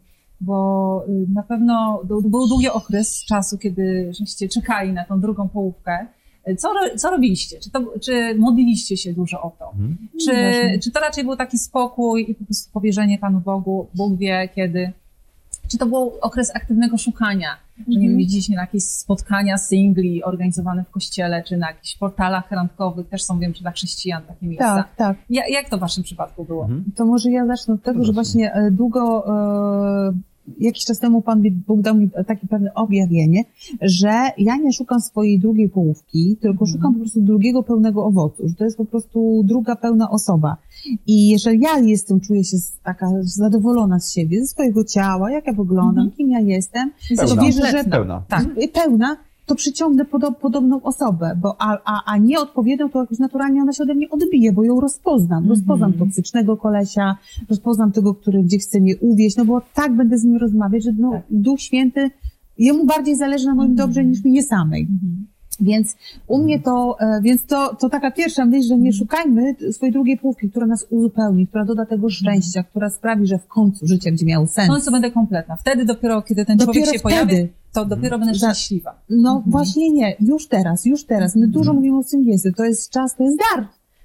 Speaker 1: bo y, na pewno był był długi okres czasu, kiedy żeście czekali na tą drugą połówkę. Y, Co, ro- co robiliście? Czy, to, czy modliliście się dużo o to?
Speaker 3: Mhm.
Speaker 1: Czy,
Speaker 4: Właśnie.
Speaker 1: czy to raczej był taki spokój i po prostu powierzenie Panu Bogu, Bóg wie kiedy? Czy to był okres aktywnego szukania? Że nie wiem, jeździliście na jakieś spotkania singli organizowane w kościele, czy na jakichś portalach randkowych, też są, wiem, że dla chrześcijan takie miejsca.
Speaker 4: Tak, tak.
Speaker 1: Ja, jak to w Waszym przypadku było?
Speaker 3: Mhm.
Speaker 4: To może ja zacznę od tego, że
Speaker 3: Proszę.
Speaker 4: właśnie e, długo, e, jakiś czas temu Pan mi- Bóg dał mi takie pewne objawienie, że ja nie szukam swojej drugiej połówki, tylko
Speaker 1: Mhm.
Speaker 4: szukam po prostu drugiego pełnego owocu, że to jest po prostu druga pełna osoba. I jeżeli ja jestem, czuję się z- taka zadowolona z siebie, ze swojego ciała, jak ja wyglądam,
Speaker 1: Mhm.
Speaker 4: kim ja jestem,
Speaker 1: Jesteś
Speaker 3: Pełna.
Speaker 4: wierzę, że-
Speaker 1: kompletna.
Speaker 3: Pełna.
Speaker 1: Tak.
Speaker 4: i pełna, to przyciągnę podo- podobną osobę, bo a, a, a nie odpowiednią, to jakoś naturalnie ona się ode mnie odbije, bo ją rozpoznam.
Speaker 1: Mhm.
Speaker 4: Rozpoznam toksycznego kolesia, rozpoznam tego, który gdzie chce mnie uwieść, no bo tak będę z nim rozmawiać, że no,
Speaker 1: Tak.
Speaker 4: Duch Święty, jemu bardziej zależy na moim
Speaker 1: Mhm.
Speaker 4: dobrze niż mnie samej.
Speaker 1: Mhm.
Speaker 4: Więc u mnie to, e, więc to, to taka pierwsza myśl, że nie szukajmy swojej drugiej połówki, która nas uzupełni, która doda tego szczęścia, która sprawi, że w końcu życie będzie miało
Speaker 1: W
Speaker 4: sens.
Speaker 1: końcu będę kompletna. Wtedy dopiero, kiedy ten
Speaker 4: Dopiero
Speaker 1: człowiek się pojawi,
Speaker 4: wtedy.
Speaker 1: to dopiero będę
Speaker 4: Za-
Speaker 1: szczęśliwa.
Speaker 4: No
Speaker 1: Mhm.
Speaker 4: właśnie nie, już teraz, już teraz. My dużo
Speaker 3: Mhm.
Speaker 4: mówimy o symbiezji, to jest czas, to jest dar.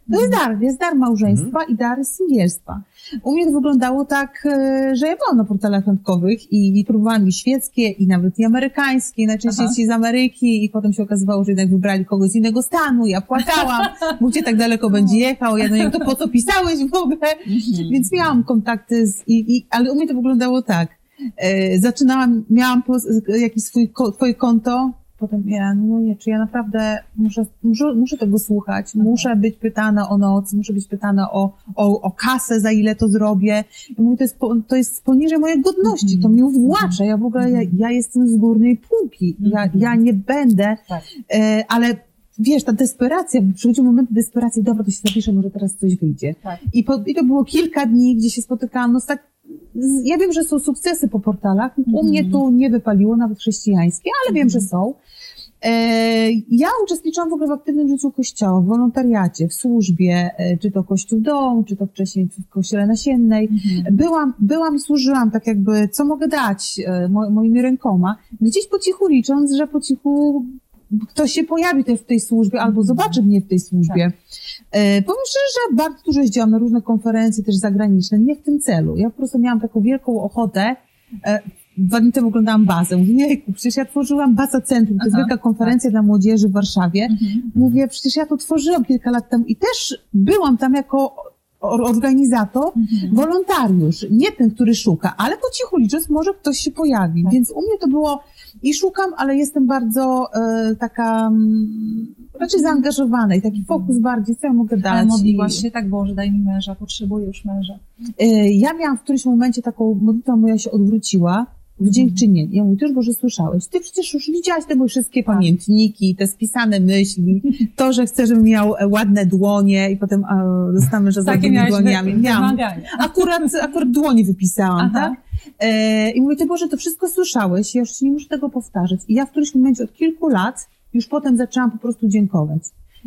Speaker 4: To jest dar, jest dar małżeństwa i dar singielstwa. U mnie to wyglądało tak, e, że ja byłam na portalach randkowych i, i próbowałam i świeckie, i nawet i amerykańskie, i najczęściej
Speaker 1: Aha.
Speaker 4: ci z Ameryki, i potem się okazywało, że jednak wybrali kogoś z innego stanu, ja płakałam, bo gdzie tak daleko będzie jechał, ja do niego, to po co pisałeś w ogóle? Więc miałam kontakty z, i, i, ale u mnie to wyglądało tak. E, zaczynałam, miałam po, jakiś swój, ko, twoje konto, potem ja, no nie, czy ja naprawdę muszę, muszę, muszę tego słuchać,
Speaker 1: Aha.
Speaker 4: muszę być pytana o noc, muszę być pytana o, o, o kasę, za ile to zrobię. I mówię, to jest, po, to jest poniżej mojej godności, to mnie uwłacza, ja w ogóle, ja, ja jestem z górnej półki, ja, ja nie będę,
Speaker 1: Tak.
Speaker 4: e, ale wiesz, ta desperacja, przychodził moment desperacji, dobra, to się zapiszę, może teraz coś wyjdzie.
Speaker 1: Tak.
Speaker 4: I, po, I to było kilka dni, gdzie się spotykałam, no z tak, z, ja wiem, że są sukcesy po portalach, u
Speaker 1: Mhm.
Speaker 4: mnie to nie wypaliło, nawet chrześcijańskie, ale wiem, że są. E, ja uczestniczyłam w ogóle w aktywnym życiu Kościoła, w wolontariacie, w służbie, e, czy to Kościół Dom, czy to wcześniej w Kościele Nasiennej.
Speaker 1: Mhm.
Speaker 4: Byłam, byłam i służyłam tak jakby, co mogę dać e, mo, moimi rękoma, gdzieś po cichu licząc, że po cichu ktoś się pojawi też w tej służbie albo zobaczy mnie w tej służbie. E, powiem szczerze, że bardzo dużo jeździłam na różne konferencje też zagraniczne, nie w tym celu. Ja po prostu miałam taką wielką ochotę. E, dwa dni temu oglądałam bazę. Mówię, jejku, przecież ja tworzyłam Baza Centrum, to jest
Speaker 1: Aha,
Speaker 4: wielka konferencja dla młodzieży w Warszawie.
Speaker 1: Mhm.
Speaker 4: Mówię, przecież ja to tworzyłam kilka lat temu i też byłam tam jako or- organizator,
Speaker 1: Mhm.
Speaker 4: wolontariusz, nie ten, który szuka, ale po cichu licząc, może ktoś się pojawi.
Speaker 1: Tak.
Speaker 4: Więc u mnie to było i szukam, ale jestem bardzo e, taka mm, raczej zaangażowana i taki fokus bardziej, co ja mogę dać.
Speaker 1: Ale modliłaś
Speaker 4: I-
Speaker 1: się, tak Boże, daj mi męża, potrzebuję już męża.
Speaker 4: E, Ja miałam w którymś momencie taką modlitwę, moja się odwróciła w dziękczynienie. Ja mówię, ty już Boże słyszałeś, ty przecież już widziałaś te moje wszystkie
Speaker 1: Tak.
Speaker 4: pamiętniki, te spisane myśli, to, że chcę, żebym miał e, ładne dłonie i potem e, zostanę, że z
Speaker 1: Takie
Speaker 4: ładnymi
Speaker 1: miałaś
Speaker 4: dłoniami.
Speaker 1: wy-
Speaker 4: Miałam.
Speaker 1: wymagania.
Speaker 4: Akurat, akurat dłonie wypisałam,
Speaker 1: Aha.
Speaker 4: tak? E, I mówię, ty Boże, to wszystko słyszałeś, ja już ci nie muszę tego powtarzać. I ja w którymś momencie od kilku lat już potem zaczęłam po prostu dziękować.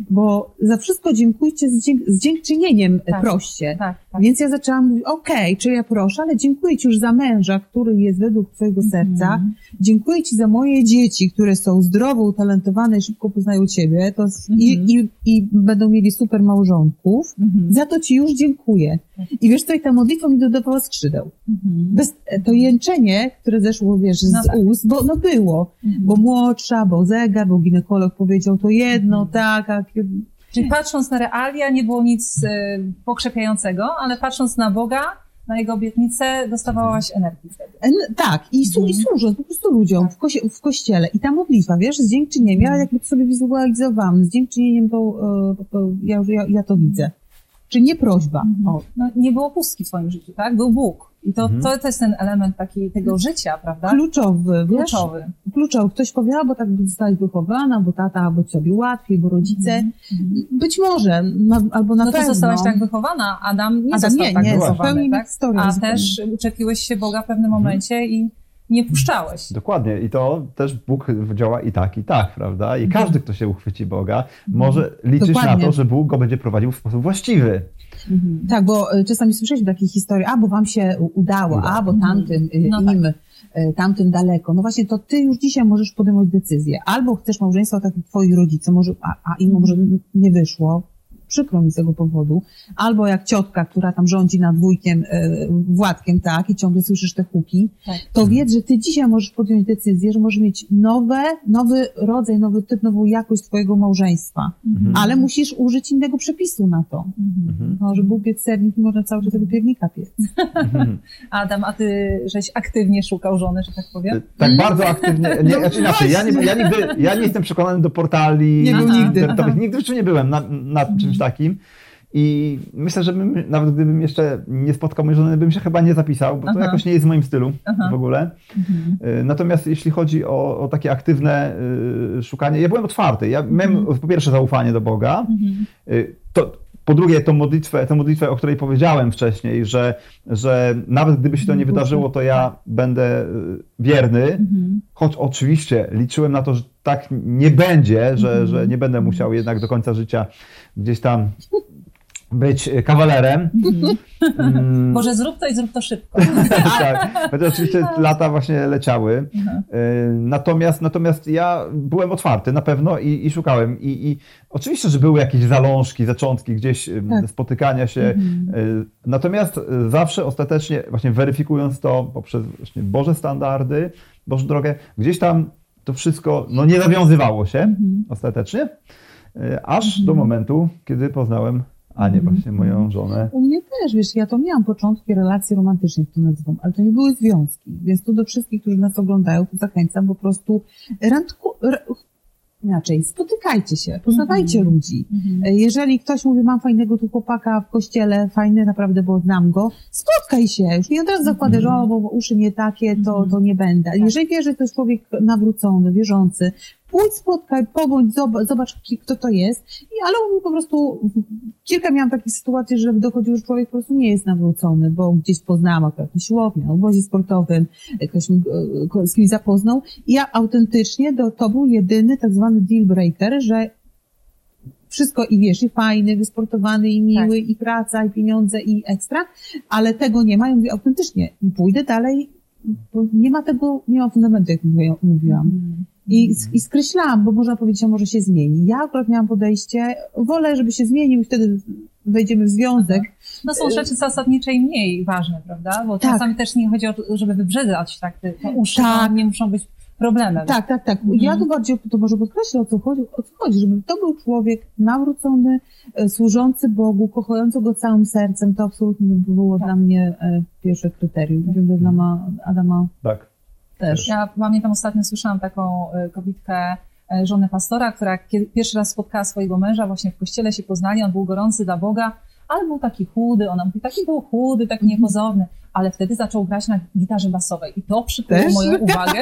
Speaker 4: Bo za wszystko dziękujcie z, dzięk- z dziękczynieniem
Speaker 1: Tak.
Speaker 4: proście.
Speaker 1: Tak, tak.
Speaker 4: Więc ja zaczęłam mówić, okej, czy ja proszę, ale dziękuję ci już za męża, który jest według twojego serca.
Speaker 1: Mhm.
Speaker 4: Dziękuję ci za moje dzieci, które są zdrowe, utalentowane i szybko poznają ciebie. To z,
Speaker 1: Mhm.
Speaker 4: i, i, I będą mieli super małżonków.
Speaker 1: Mhm.
Speaker 4: Za to ci już dziękuję. I wiesz co, i ta modlitwa mi dodawała skrzydeł.
Speaker 1: Mhm.
Speaker 4: Bez, to jęczenie, które zeszło, wiesz, z
Speaker 1: No tak.
Speaker 4: ust, bo no było,
Speaker 1: Mhm.
Speaker 4: bo młodsza, bo zegar, bo ginekolog powiedział to jedno, tak, a
Speaker 1: Czyli patrząc na realia nie było nic y, pokrzepiającego, ale patrząc na Boga, na Jego obietnicę, dostawałaś energii wtedy.
Speaker 4: En- tak, i, su-
Speaker 1: Mhm.
Speaker 4: i służąc po prostu ludziom w, kosie- w kościele. I ta modlitwa, wiesz, z dziękczynieniem, ja
Speaker 1: Mhm.
Speaker 4: jakby to sobie wizualizowałam, z dziękczynieniem to, e, to ja, ja, ja to widzę. Czy nie prośba.
Speaker 1: Mhm.
Speaker 4: O,
Speaker 1: No, nie było pustki w twoim życiu, tak? Był Bóg. I to,
Speaker 3: Mhm.
Speaker 1: to, to jest ten element taki tego życia, prawda?
Speaker 4: kluczowy, wiesz?
Speaker 1: Kluczowy.
Speaker 4: Kluczowy. Ktoś powie, a bo tak zostałaś wychowana, bo tata, albo sobie łatwiej, bo rodzice.
Speaker 1: Mhm. Mhm.
Speaker 4: Być może, na, albo na
Speaker 1: No to
Speaker 4: pewno.
Speaker 1: zostałaś tak wychowana, Adam nie
Speaker 4: Adam
Speaker 1: został
Speaker 4: nie,
Speaker 1: tak
Speaker 4: nie,
Speaker 1: wychowany,
Speaker 4: zupełnie inna
Speaker 1: tak?
Speaker 4: historia.
Speaker 1: A
Speaker 4: zupełnie.
Speaker 1: też uczepiłeś się Boga w pewnym momencie i nie puszczałeś.
Speaker 3: Dokładnie. I to też Bóg działa i tak, i tak, prawda? I każdy, kto się uchwyci Boga, może liczyć
Speaker 4: Dokładnie.
Speaker 3: na to, że Bóg go będzie prowadził w sposób właściwy.
Speaker 1: Mhm.
Speaker 4: Tak, bo y, czasami słyszeliśmy takie historie, a bo wam się u- udało, a bo tamtym, y,
Speaker 1: No
Speaker 4: im, y, tamtym daleko. No właśnie, to ty już dzisiaj możesz podejmować decyzję. Albo chcesz małżeństwa tak jak twoi rodzice, może, a, a im może nie wyszło. Przykro mi z tego powodu. Albo jak ciotka, która tam rządzi nad wujkiem, y, Władkiem, tak, i ciągle słyszysz te huki,
Speaker 1: Tak.
Speaker 4: to wiedz, że ty dzisiaj możesz podjąć decyzję, że możesz mieć nowe, nowy rodzaj, nowy typ, nową jakość twojego małżeństwa.
Speaker 1: Mhm.
Speaker 4: Ale musisz użyć innego przepisu na to.
Speaker 1: Mhm.
Speaker 3: Mhm.
Speaker 4: No, że był piec sernik, można cały czas tego piernika piec.
Speaker 3: Mhm.
Speaker 1: Adam, a ty żeś aktywnie szukał żony, że tak powiem?
Speaker 3: Tak bardzo aktywnie. Nie,
Speaker 4: No
Speaker 3: znaczy inaczej, ja, nie, ja, nigdy, ja nie jestem przekonany do portali
Speaker 4: Nie był
Speaker 1: Aha,
Speaker 4: nigdy.
Speaker 3: internetowych.
Speaker 1: aha.
Speaker 3: Nigdy w życiu nie byłem na, na czymś takim. I myślę, że bym, nawet gdybym jeszcze nie spotkał mojej żony, bym się chyba nie zapisał, bo to
Speaker 1: Aha.
Speaker 3: jakoś nie jest w moim stylu
Speaker 1: Aha.
Speaker 3: w ogóle.
Speaker 1: Mhm.
Speaker 3: Y, Natomiast jeśli chodzi o, o takie aktywne y, szukanie, ja byłem otwarty. Ja miałem
Speaker 1: Mhm.
Speaker 3: po pierwsze zaufanie do Boga,
Speaker 1: Mhm.
Speaker 3: y, to, po drugie tą modlitwę, tę modlitwę, o której powiedziałem wcześniej, że, że nawet gdyby się to nie
Speaker 1: Bóg-
Speaker 3: wydarzyło, to ja będę y, wierny,
Speaker 1: Mhm.
Speaker 3: choć oczywiście liczyłem na to, że tak nie będzie, że,
Speaker 1: Mhm.
Speaker 3: że nie będę musiał jednak do końca życia gdzieś tam być kawalerem. Mm.
Speaker 1: Boże, zrób to i zrób to szybko.
Speaker 3: Tak, chociaż oczywiście lata właśnie leciały.
Speaker 1: Mhm.
Speaker 3: Natomiast, natomiast ja byłem otwarty na pewno i, i szukałem. I, I oczywiście, że były jakieś zalążki, zaczątki gdzieś tak. spotykania się. Mhm. Natomiast zawsze ostatecznie właśnie weryfikując to poprzez właśnie Boże standardy, Bożą drogę, gdzieś tam to wszystko no, nie nawiązywało się mhm. ostatecznie, aż mhm. do momentu, kiedy poznałem Anię, właśnie moją żonę.
Speaker 4: U mnie też, wiesz, ja to miałam początki relacji romantycznych, to nazywam, ale to nie były związki, więc tu do wszystkich, którzy nas oglądają, to zachęcam po prostu randku, r, inaczej, spotykajcie się, poznawajcie mm-hmm. ludzi. Mm-hmm. Jeżeli ktoś mówi, mam fajnego tu chłopaka w kościele, fajny naprawdę, bo znam go, spotkaj się, już nie od razu zakładaj, mm-hmm. że o, bo uszy nie takie, to, to nie będę. Tak. Jeżeli wiesz, że to jest człowiek nawrócony, wierzący, pójdź, spotkaj, pobądź, zobacz, zobacz, kto to jest. I, ale u mnie po prostu kilka miałam takich sytuacji, że dochodziło, że człowiek po prostu nie jest nawrócony, bo gdzieś poznałam akurat na siłowni, na obozie sportowym, ktoś mi, z kimś zapoznał. I ja autentycznie, to, to był jedyny tak zwany deal breaker, że wszystko i wiesz, i fajny, wysportowany, i miły, tak. i praca, i pieniądze, i ekstra, ale tego nie ma. I mówię, autentycznie, pójdę dalej, bo nie ma tego, nie ma fundamentu, jak mówiłam. Mm. I, I skreślałam, bo można powiedzieć, że może się zmieni. Ja akurat miałam podejście, wolę, żeby się zmienił i wtedy wejdziemy w związek.
Speaker 1: No są rzeczy zasadnicze i mniej ważne, prawda? Bo tak. czasami też nie chodzi o to, żeby wybrzydzać tak, te, te uszy, tak. nie muszą być problemem.
Speaker 4: Tak, tak, tak. Mhm. Ja tu bardziej to może podkreślę, o co chodzi, o co chodzi, żeby to był człowiek nawrócony, służący Bogu, kochający Go całym sercem. To absolutnie było tak. dla mnie pierwsze kryterium. Tak. Wiem, że dla Adama
Speaker 3: tak.
Speaker 4: też.
Speaker 1: Ja pamiętam, ostatnio słyszałam taką kobietkę, żonę pastora, która pierwszy raz spotkała swojego męża, właśnie w kościele się poznali, on był gorący dla Boga, ale był taki chudy, ona mówi, taki był chudy, taki niepozorny, ale wtedy zaczął grać na gitarze basowej i to przykuło też? moją uwagę.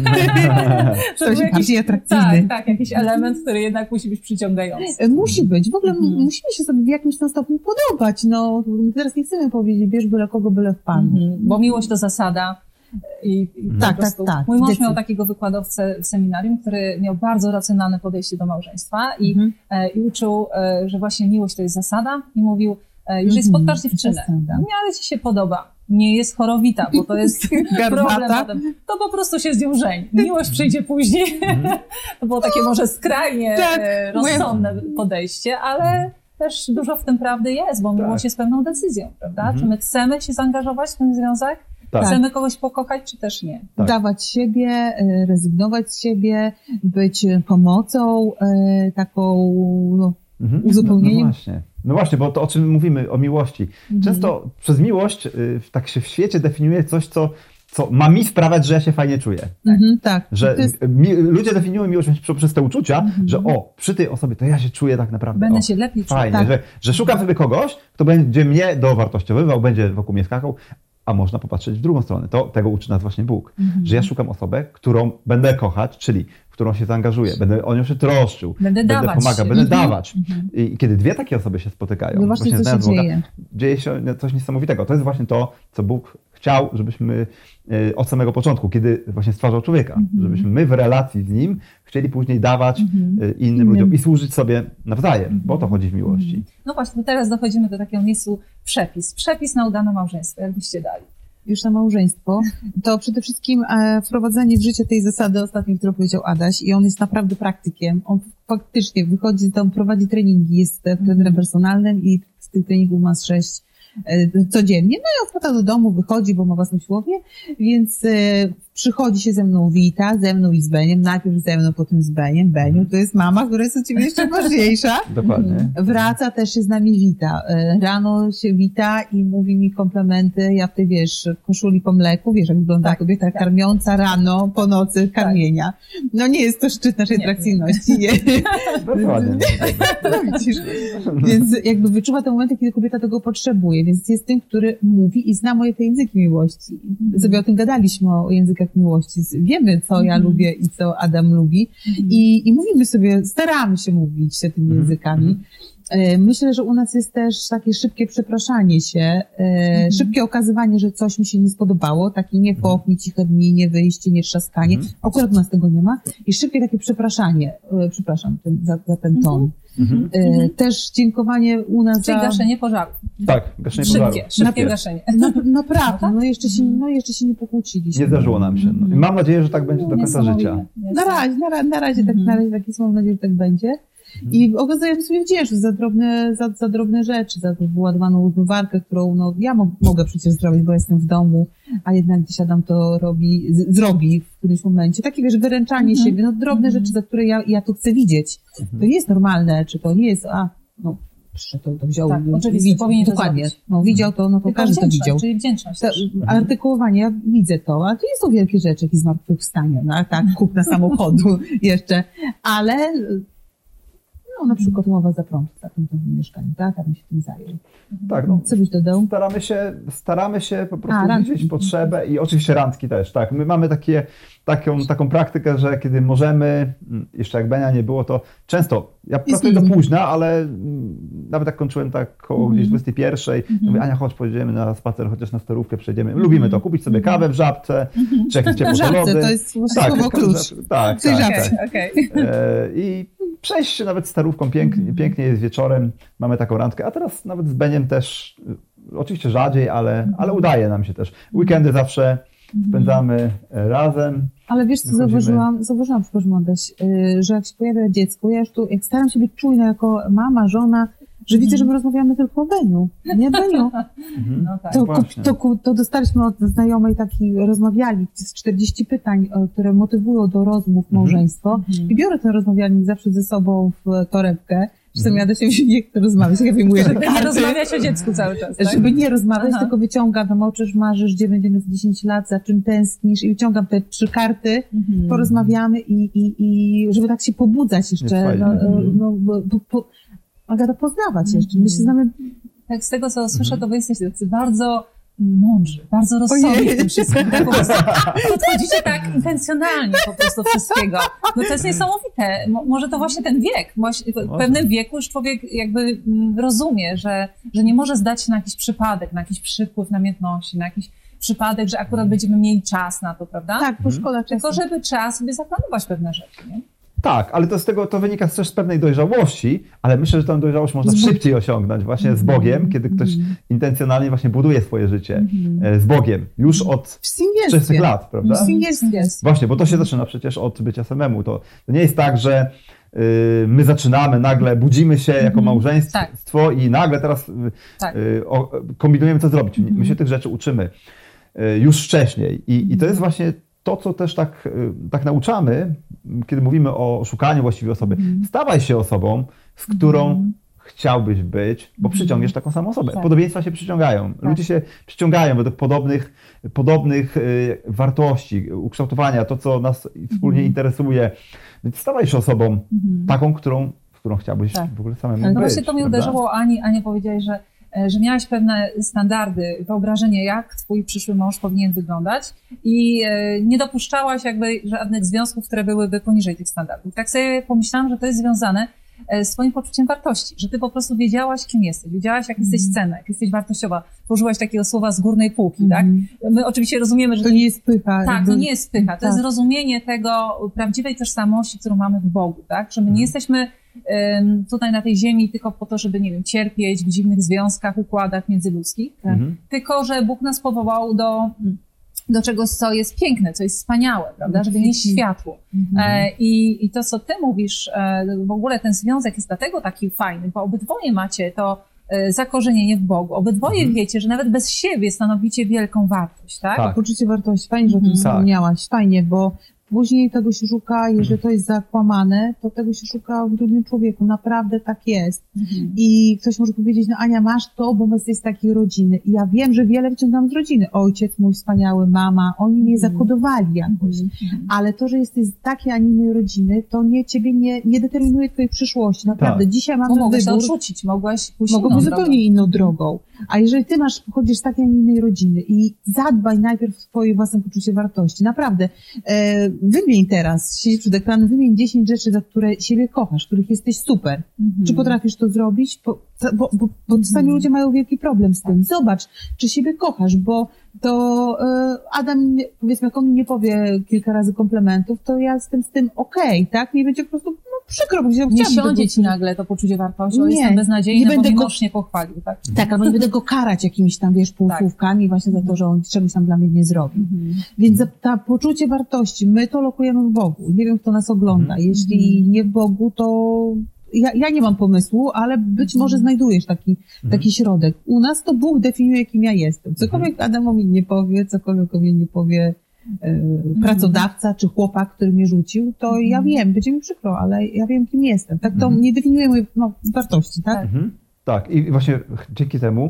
Speaker 4: To jest bardziej atrakcyjny.
Speaker 1: Tak, tak, jakiś element, który jednak musi być przyciągający.
Speaker 4: Musi być, w ogóle mm. musimy się sobie w jakimś tam stopniu podobać, no teraz nie chcemy powiedzieć, bierz byle kogo, byle w Pan. Mm.
Speaker 1: Bo miłość to zasada. I, i
Speaker 4: tak, tak, tak.
Speaker 1: Mój mąż miał takiego wykładowcę w seminarium, który miał bardzo racjonalne podejście do małżeństwa i, mm. e, i uczył, e, że właśnie miłość to jest zasada i mówił, e, jeżeli mm. spotkasz dziewczynę, w miarę ci się podoba, nie jest chorowita, bo to jest problem potem, to po prostu się z nią żeń. Miłość przyjdzie później. Mm. To było takie może skrajnie tak. e, rozsądne podejście, ale też dużo w tym prawdy jest, bo tak. miłość jest pewną decyzją, prawda? Mm. Czy my chcemy się zaangażować w ten związek? Tak. Chcemy kogoś pokochać, czy też nie?
Speaker 4: Tak. Dawać siebie, rezygnować z siebie, być pomocą, taką no,
Speaker 3: mhm.
Speaker 4: uzupełnieniem.
Speaker 3: No, no właśnie. No właśnie, bo to o czym mówimy, o miłości. Często mhm. przez miłość tak się w świecie definiuje coś, co, co ma mi sprawiać, że ja się fajnie czuję.
Speaker 4: Mhm, tak.
Speaker 3: Że jest... mi, ludzie definiują miłość przez te uczucia, mhm. że o, przy tej osobie to ja się czuję tak naprawdę.
Speaker 1: Będę
Speaker 3: o,
Speaker 1: się lepiej
Speaker 3: fajnie,
Speaker 1: czuł. Tak.
Speaker 3: Że, że szukam sobie kogoś, kto będzie mnie dowartościowywał, będzie wokół mnie skakał. A można popatrzeć w drugą stronę. To, tego uczy nas właśnie Bóg. Mm-hmm. Że ja szukam osobę, którą będę kochać, czyli w którą się zaangażuję, będę o nią się troszczył,
Speaker 1: będę,
Speaker 3: będę
Speaker 1: dawać
Speaker 3: pomagał,
Speaker 1: się.
Speaker 3: będę
Speaker 1: Mm-hmm.
Speaker 3: dawać. Mm-hmm. I kiedy dwie takie osoby się spotykają,
Speaker 4: no właśnie,
Speaker 3: właśnie
Speaker 4: co się
Speaker 3: Boga,
Speaker 4: dzieje.
Speaker 3: dzieje się coś niesamowitego. To jest właśnie to, co Bóg chciał, żebyśmy od samego początku, kiedy właśnie stwarzał człowieka, mm-hmm. żebyśmy my w relacji z Nim chcieli później dawać mm-hmm. innym ludziom i służyć sobie nawzajem, mm-hmm. bo o to chodzi w miłości.
Speaker 1: No właśnie, to teraz dochodzimy do takiego miejsca przepis. Przepis na udane małżeństwo, jakbyście dali.
Speaker 4: Już na małżeństwo, to przede wszystkim e, wprowadzenie w życie tej zasady ostatniej, którą powiedział Adaś, i on jest naprawdę praktykiem. On faktycznie wychodzi tam, prowadzi treningi, jest trenerem personalnym i z tych treningów ma z sześć e, codziennie. No i on wpada do domu, wychodzi, bo ma własną siłownię, więc e, przychodzi się ze mną, wita, ze mną i z Beniem, najpierw ze mną, potem z Beniem. Beniu, to jest mama, która jest u ciebie jeszcze ważniejsza.
Speaker 3: Dokładnie.
Speaker 4: Wraca, też się z nami wita. Rano się wita i mówi mi komplementy, ja w tej, wiesz, koszuli po mleku, wiesz, jak wygląda tak, kobieta tak. karmiąca rano, po nocy karmienia. No nie jest to szczyt naszej nie, atrakcyjności, nie.
Speaker 3: Dokładnie.
Speaker 4: No widzisz. Więc jakby wyczuwa te momenty, kiedy kobieta tego potrzebuje, więc jest tym, który mówi i zna moje te języki miłości. Sobie o tym gadaliśmy, o językach miłości. Wiemy, co ja mm. lubię i co Adam lubi. Mm. I, I mówimy sobie, staramy się mówić się tymi mm. językami. Myślę, że u nas jest też takie szybkie przepraszanie się, mm. szybkie okazywanie, że coś mi się nie spodobało, takie nie pok, nie ciche dni, nie wyjście, nie trzaskanie. Mm. Akurat u nas tego nie ma. I szybkie takie przepraszanie, przepraszam ten, za, za ten ton.
Speaker 3: Mhm.
Speaker 4: E, też dziękowanie u nas
Speaker 1: Czyli
Speaker 4: za...
Speaker 1: gaszenie pożarów.
Speaker 3: Tak, gaszenie pożaru.
Speaker 1: Szybkie, szybkie gaszenie.
Speaker 4: No, naprawdę, no jeszcze się, no jeszcze się nie pokłóciliśmy.
Speaker 3: Nie zdarzyło nam się. No. I mam nadzieję, że tak będzie do końca życia.
Speaker 4: Na razie, na, ra- na razie, tak,
Speaker 1: Mhm.
Speaker 4: na razie taki mam nadzieję, że tak będzie. I okazujemy sobie wdzięczność za drobne, za, za drobne rzeczy, za tą wyładowaną zmywarkę, którą no, ja mo- mogę przecież zrobić, bo jestem w domu, a jednak gdzieś Adam to robi, z- zrobi w którymś momencie. Takie, wiesz, wyręczanie
Speaker 1: Mhm.
Speaker 4: siebie, no drobne rzeczy, za które ja, ja to chcę widzieć. To nie jest normalne, czy to nie jest, a, no, że to, to wziął.
Speaker 1: Tak,
Speaker 4: no,
Speaker 1: oczywiście,
Speaker 4: widz-
Speaker 1: powinien to
Speaker 4: Dokładnie.
Speaker 1: zrobić.
Speaker 4: No, widział to, no to
Speaker 1: Tylko
Speaker 4: każdy to
Speaker 1: wdzięczność,
Speaker 4: widział.
Speaker 1: czyli wdzięczność
Speaker 4: To,
Speaker 1: też.
Speaker 4: artykułowanie, ja widzę to, a to nie są wielkie rzeczy, jak zmartwychwstanie, no, tak, kupna samochodu jeszcze, ale no, na przykład umowa za prąd w takim tym mieszkaniu, tak, a bym się tym zajął.
Speaker 3: Tak, no.
Speaker 4: Co byś dodał?
Speaker 3: Staramy się, staramy się po prostu
Speaker 4: A, randki.
Speaker 3: widzieć potrzebę i oczywiście randki też, tak. My mamy takie, taką, taką praktykę, że kiedy możemy, jeszcze jak Benia nie było, to często, ja pracuję do
Speaker 4: easy.
Speaker 3: późna, ale mm, nawet jak kończyłem tak koło gdzieś dwudziestej pierwszej,
Speaker 1: Mhm.
Speaker 3: mówię, Ania, chodź, pojedziemy na spacer, chociaż na Starówkę przejdziemy. Lubimy to, kupić sobie kawę w Żabce, czy jakieś
Speaker 4: W
Speaker 3: ciepłe
Speaker 4: żabce,
Speaker 3: lody.
Speaker 4: to jest właśnie
Speaker 3: Tak,
Speaker 4: słowo
Speaker 3: w każdym
Speaker 4: klucz.
Speaker 3: razie- tak,
Speaker 4: W tej
Speaker 3: tak,
Speaker 4: żabce.
Speaker 3: tak.
Speaker 1: Okej, okej.
Speaker 3: E, I przejść się nawet Starówką, pięknie, pięknie jest wieczorem, mamy taką randkę, a teraz nawet z Beniem też, y, oczywiście rzadziej, ale, ale udaje nam się też. Weekendy zawsze spędzamy e, razem.
Speaker 4: Ale wiesz co,
Speaker 3: Wychodzimy.
Speaker 4: zauważyłam, zauważyłam, przepraszam Adaś, yy, że jak się pojawia dziecko, ja już tu, jak staram się być czujna jako mama, żona, że widzę, że my rozmawiamy tylko o Beniu. Nie Beniu.
Speaker 3: Mhm.
Speaker 1: No tak.
Speaker 4: To,
Speaker 3: właśnie.
Speaker 4: to, to, to dostaliśmy od znajomej taki, rozmawiali, z czterdzieści pytań, e, które motywują do rozmów
Speaker 3: Mhm.
Speaker 4: małżeństwo.
Speaker 1: Mhm.
Speaker 4: I biorę ten rozmawialnik zawsze ze sobą w torebkę. Zresztą
Speaker 3: Mhm.
Speaker 4: ja do siebie nie chcę rozmawiać, ja wyjmuję te
Speaker 1: Żeby nie
Speaker 4: karty.
Speaker 1: rozmawiać o dziecku cały czas, tak?
Speaker 4: Żeby nie rozmawiać,
Speaker 1: Aha.
Speaker 4: tylko wyciągam, wymoczysz, marzysz, gdzie będziemy za dziesięć lat, za czym tęsknisz i wyciągam te trzy karty,
Speaker 1: Mhm.
Speaker 4: porozmawiamy i, i, i żeby tak się pobudzać jeszcze,
Speaker 3: Jest
Speaker 4: no,
Speaker 3: fajnie.
Speaker 4: e, no, bo, po, po, Agata, poznawać jeszcze. My się znamy.
Speaker 1: Tak, z tego co słyszę, to wy jesteście tacy bardzo mądrzy, bardzo rozsądni w tym wszystkim. Tak, po prostu podchodzicie tak intencjonalnie po prostu wszystkiego. No to jest niesamowite. Mo- może to właśnie ten wiek. Właśnie w pewnym wieku już człowiek jakby mm, rozumie, że, że nie może zdać się na jakiś przypadek, na jakiś przypływ namiętności, na jakiś przypadek, że akurat będziemy mieli czas na to, prawda?
Speaker 4: Tak, bo szkoda czasu.
Speaker 1: Tylko żeby trzeba sobie zaplanować pewne rzeczy, nie?
Speaker 3: Tak, ale to z tego to wynika też z pewnej dojrzałości, ale myślę, że tę dojrzałość można
Speaker 4: Z Bogiem.
Speaker 3: szybciej osiągnąć właśnie z Bogiem, kiedy ktoś intencjonalnie właśnie buduje swoje życie e, z Bogiem już od
Speaker 4: W singielstwie.
Speaker 3: wczesnych lat, prawda?
Speaker 4: W singielstwie.
Speaker 3: Właśnie, bo to się zaczyna przecież od bycia samemu. To, to nie jest tak, że y, my zaczynamy, nagle budzimy się jako małżeństwo i nagle teraz y,
Speaker 1: Tak.
Speaker 3: y, o, kombinujemy, co zrobić. My się tych rzeczy uczymy y, już wcześniej. I, I to jest właśnie to, co też tak, y, tak nauczamy, kiedy mówimy o szukaniu właściwej osoby. Stawaj się osobą, z którą chciałbyś być, bo przyciągniesz taką samą osobę.
Speaker 1: Tak.
Speaker 3: Podobieństwa się przyciągają. Ludzie się przyciągają według podobnych, podobnych y, wartości, ukształtowania, to, co nas wspólnie
Speaker 1: Mhm.
Speaker 3: interesuje. Więc stawaj się osobą
Speaker 1: Mhm.
Speaker 3: taką, którą, z którą chciałbyś
Speaker 1: Tak.
Speaker 3: w ogóle samemu
Speaker 1: No
Speaker 3: być.
Speaker 1: właśnie to mnie
Speaker 3: prawda?
Speaker 1: uderzyło, Ani, Ania powiedziałaś, że, e, że miałaś pewne standardy, wyobrażenie, jak twój przyszły mąż powinien wyglądać i e, nie dopuszczałaś jakby żadnych związków, które byłyby poniżej tych standardów. Tak sobie pomyślałam, że to jest związane e, z twoim poczuciem wartości, że ty po prostu wiedziałaś, kim jesteś, wiedziałaś, jak jesteś cenna, jak jesteś wartościowa. Użyłaś takiego słowa z górnej półki, tak? My oczywiście rozumiemy, że
Speaker 4: To nie jest pycha.
Speaker 1: tak,
Speaker 4: jakby-
Speaker 1: to nie jest pycha, to
Speaker 4: Tak.
Speaker 1: jest rozumienie tego prawdziwej tożsamości, którą mamy w Bogu, tak? Że my nie jesteśmy um, tutaj na tej ziemi tylko po to, żeby, nie wiem, cierpieć w dziwnych związkach, układach międzyludzkich,
Speaker 3: Mhm.
Speaker 1: tylko że Bóg nas powołał do, do czegoś, co jest piękne, co jest wspaniałe, prawda? Żeby nieść światło. E, i, I to, co ty mówisz, e, w ogóle ten związek jest dlatego taki fajny, bo obydwoje macie to e, zakorzenienie w Bogu. Obydwoje wiecie, że nawet bez siebie stanowicie wielką wartość, tak?
Speaker 3: Tak.
Speaker 4: Poczucie wartości. Fajnie, że o tym
Speaker 1: Mhm.
Speaker 4: wspomniałaś. Fajnie, bo później tego się szuka, jeżeli to jest zakłamane, to tego się szuka w drugim człowieku. Naprawdę tak jest.
Speaker 1: Mhm.
Speaker 4: I ktoś może powiedzieć, no Ania, masz to, bo my jesteś z takiej rodziny. I ja wiem, że wiele wyciągam z rodziny. Ojciec mój wspaniały, mama, oni mnie
Speaker 1: Mhm.
Speaker 4: zakodowali jakoś. Ale to, że jesteś z takiej, a nie innej rodziny, to nie, ciebie nie, nie determinuje twojej przyszłości. Naprawdę.
Speaker 3: Tak.
Speaker 4: Dzisiaj
Speaker 1: Bo
Speaker 4: mamy
Speaker 1: mogłeś to
Speaker 4: wybór.
Speaker 1: odrzucić, mogłaś pójść
Speaker 4: Mogą
Speaker 1: inną
Speaker 4: być
Speaker 1: drogą.
Speaker 4: zupełnie inną drogą. A jeżeli ty masz, pochodzisz z takiej, a nie innej rodziny i zadbaj najpierw o swoje własne poczucie wartości. Naprawdę. E, wymień teraz, siedzisz przed ekranem, wymień dziesięć rzeczy, za które siebie kochasz, których jesteś super.
Speaker 1: Mhm.
Speaker 4: Czy potrafisz to zrobić? Po, To, bo, bo, bo czasami ludzie mają wielki problem z tym. Zobacz, czy siebie kochasz, bo to e, Adam, powiedzmy, jak on mi nie powie kilka razy komplementów, to ja jestem z tym okej, okay, tak? Nie będzie po prostu no, przykro, bo gdzieś
Speaker 1: nie siądzie ci nagle to poczucie wartości, o,
Speaker 4: nie,
Speaker 1: jestem beznadziejny,
Speaker 4: nie
Speaker 1: bo
Speaker 4: będę
Speaker 1: mnie
Speaker 4: go...
Speaker 1: mąż nie pochwalił, tak?
Speaker 4: Tak, albo nie będę go karać jakimiś tam, wiesz, półsłówkami właśnie za to, że on czegoś tam dla mnie nie zrobił.
Speaker 1: Mhm.
Speaker 4: Więc za to poczucie wartości, my to lokujemy w Bogu. Nie wiem, kto nas ogląda.
Speaker 3: Mhm.
Speaker 4: Jeśli nie w Bogu, to ja, ja nie mam pomysłu, ale być może znajdujesz taki,
Speaker 3: Mhm.
Speaker 4: taki środek. U nas to Bóg definiuje, kim ja jestem. Cokolwiek Adamowi nie powie, cokolwiek o mnie nie powie e, pracodawca czy chłopak, który mnie rzucił, to ja wiem, będzie mi przykro, ale ja wiem, kim jestem. Tak to
Speaker 3: Mhm.
Speaker 4: nie definiuje mojej no, wartości, tak?
Speaker 3: Mhm. Tak, i właśnie dzięki temu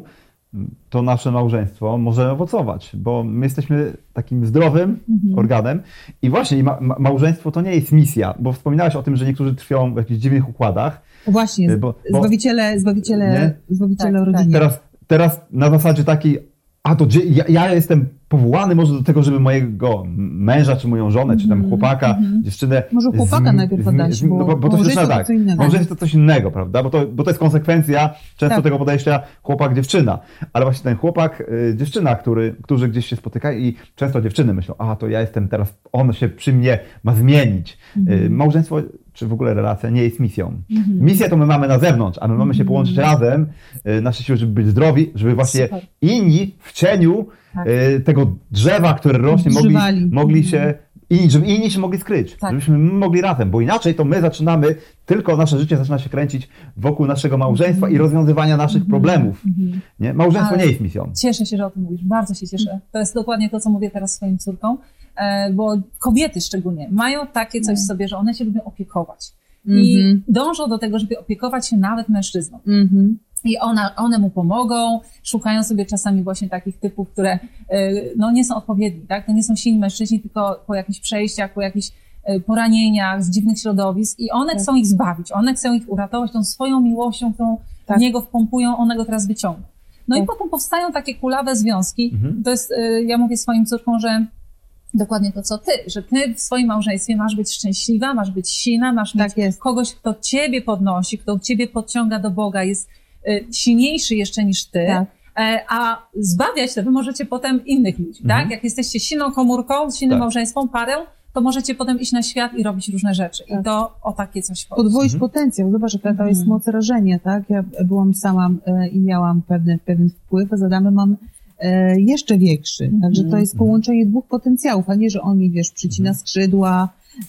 Speaker 3: to nasze małżeństwo może owocować, bo my jesteśmy takim zdrowym
Speaker 1: Mhm.
Speaker 3: organem i właśnie ma, ma, małżeństwo to nie jest misja, bo wspominałaś o tym, że niektórzy trwią w jakichś dziwnych układach.
Speaker 4: Właśnie,
Speaker 3: Bo- bo-
Speaker 4: zbawiciele, zbawiciele,
Speaker 3: Nie?
Speaker 4: zbawiciele
Speaker 1: Tak,
Speaker 4: rodziny.
Speaker 3: Teraz, teraz na zasadzie takiej, a to dzie- ja, ja jestem powołany może do tego, żeby mojego męża, czy moją żonę, czy tam
Speaker 1: Mhm,
Speaker 3: chłopaka,
Speaker 1: mhm.
Speaker 3: dziewczynę...
Speaker 4: Może chłopaka
Speaker 3: zm-
Speaker 4: najpierw
Speaker 3: zm-
Speaker 4: oddać,
Speaker 3: zm-
Speaker 4: bo
Speaker 3: no, bo, bo to
Speaker 4: małżeństwo
Speaker 3: zaczyna
Speaker 4: to
Speaker 3: tak.
Speaker 4: co innego.
Speaker 3: Małżeństwo to coś innego, prawda? Bo to, bo to jest konsekwencja często
Speaker 4: Tak.
Speaker 3: tego podejścia chłopak-dziewczyna. Ale właśnie ten chłopak, y, dziewczyna, który, którzy gdzieś się spotykają i często dziewczyny myślą, a to ja jestem teraz, on się przy mnie ma zmienić. Y, małżeństwo, czy w ogóle relacja nie jest misją.
Speaker 1: Mhm.
Speaker 3: Misję to my mamy na zewnątrz, a my mamy się połączyć razem, y, nasze siły, żeby być zdrowi, żeby właśnie
Speaker 1: Super.
Speaker 3: inni w cieniu
Speaker 1: Tak.
Speaker 3: y, tego drzewa, które rośnie, mogli,
Speaker 4: Drzewali.
Speaker 3: mogli się, inni, żeby inni się mogli skryć,
Speaker 1: Tak.
Speaker 3: żebyśmy mogli razem, bo inaczej to my zaczynamy, tylko nasze życie zaczyna się kręcić wokół naszego małżeństwa i rozwiązywania naszych problemów.
Speaker 1: Mhm.
Speaker 3: Nie? Małżeństwo
Speaker 1: Ale-
Speaker 3: nie jest misją.
Speaker 1: Cieszę się, że o tym mówisz, bardzo się cieszę. To jest dokładnie to, co mówię teraz swoim córkom, e, bo kobiety szczególnie mają takie coś w sobie, że one się lubią opiekować. I
Speaker 4: Mhm.
Speaker 1: dążą do tego, żeby opiekować się nawet mężczyzną.
Speaker 4: Mhm.
Speaker 1: I ona, one mu pomogą, szukają sobie czasami właśnie takich typów, które y, no, nie są odpowiedni, tak? To nie są silni mężczyźni, tylko po jakichś przejściach, po jakichś y, poranieniach z dziwnych środowisk i one
Speaker 4: Tak.
Speaker 1: chcą ich zbawić, one chcą ich uratować tą swoją miłością, którą
Speaker 4: Tak.
Speaker 1: w niego wpompują, one go teraz wyciągną. No i
Speaker 4: Tak.
Speaker 1: potem powstają takie kulawe związki.
Speaker 3: Mhm.
Speaker 1: To jest, y, ja mówię swoim córkom, że dokładnie to, co ty, że ty w swoim małżeństwie masz być szczęśliwa, masz być silna, masz mieć
Speaker 4: Tak jest.
Speaker 1: kogoś, kto ciebie podnosi, kto ciebie podciąga do Boga, jest y, silniejszy jeszcze niż ty,
Speaker 4: Tak.
Speaker 1: e, a zbawiać to wy możecie potem innych ludzi,
Speaker 3: Mhm.
Speaker 1: tak? Jak jesteście silną komórką, silnym
Speaker 3: Tak.
Speaker 1: małżeństwem, parą, to możecie potem iść na świat i robić różne rzeczy. I
Speaker 4: Tak.
Speaker 1: to o takie coś chodzi.
Speaker 4: Podwoić
Speaker 3: Mhm.
Speaker 4: potencjał. Zobacz, jaka to jest
Speaker 1: Mhm.
Speaker 4: moc rażenia, tak? Ja byłam sama e, i miałam pewny, pewien wpływ, a z Adamem mam e, jeszcze większy.
Speaker 1: Mhm.
Speaker 4: Także to jest połączenie dwóch potencjałów, a nie, że on mi, wiesz, przycina skrzydła,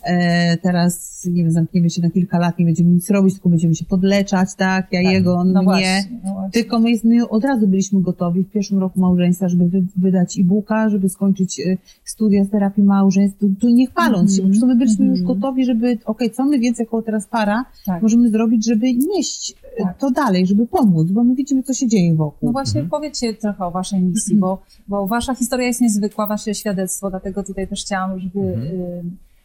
Speaker 4: e, teraz, nie wiem, zamkniemy się na kilka lat, nie będziemy nic robić, tylko będziemy się podleczać, tak? Ja
Speaker 1: Tak.
Speaker 4: jego, on
Speaker 1: no
Speaker 4: mnie.
Speaker 1: Właśnie, no właśnie.
Speaker 4: Tylko my, my od razu byliśmy gotowi w pierwszym roku małżeństwa, żeby wy, wydać e-booka, żeby skończyć e, studia z terapii małżeństw. Tu, tu nie chwaląc się, po prostu my byliśmy
Speaker 1: Mhm.
Speaker 4: już gotowi, żeby, okej, co my więcej jako teraz para
Speaker 1: Tak.
Speaker 4: możemy zrobić, żeby nieść e,
Speaker 1: Tak.
Speaker 4: to dalej, żeby pomóc, bo my widzimy, co się dzieje wokół.
Speaker 1: No właśnie
Speaker 3: Mhm.
Speaker 1: powiedzcie trochę o waszej misji, bo, bo wasza historia jest niezwykła, wasze świadectwo, dlatego tutaj też chciałam, żeby
Speaker 3: Mhm.
Speaker 1: y,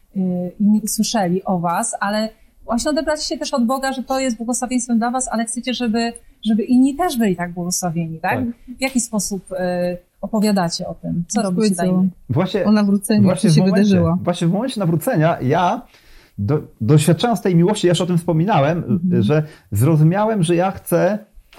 Speaker 1: y, inni usłyszeli o was, ale właśnie odebrać się też od Boga, że to jest błogosławieństwem dla was, ale chcecie, żeby, żeby inni też byli tak błogosławieni, tak?
Speaker 3: Tak.
Speaker 1: W jaki sposób y, opowiadacie o tym? Co robicie
Speaker 4: Powiedz
Speaker 1: dla
Speaker 4: o-
Speaker 1: innych?
Speaker 3: Właśnie,
Speaker 4: O nawróceniu,
Speaker 3: właśnie,
Speaker 4: co
Speaker 3: w
Speaker 4: się
Speaker 3: momencie,
Speaker 4: wydarzyło.
Speaker 3: właśnie w momencie nawrócenia ja do, doświadczając tej miłości, ja już o tym wspominałem,
Speaker 1: Mhm.
Speaker 3: że zrozumiałem, że ja chcę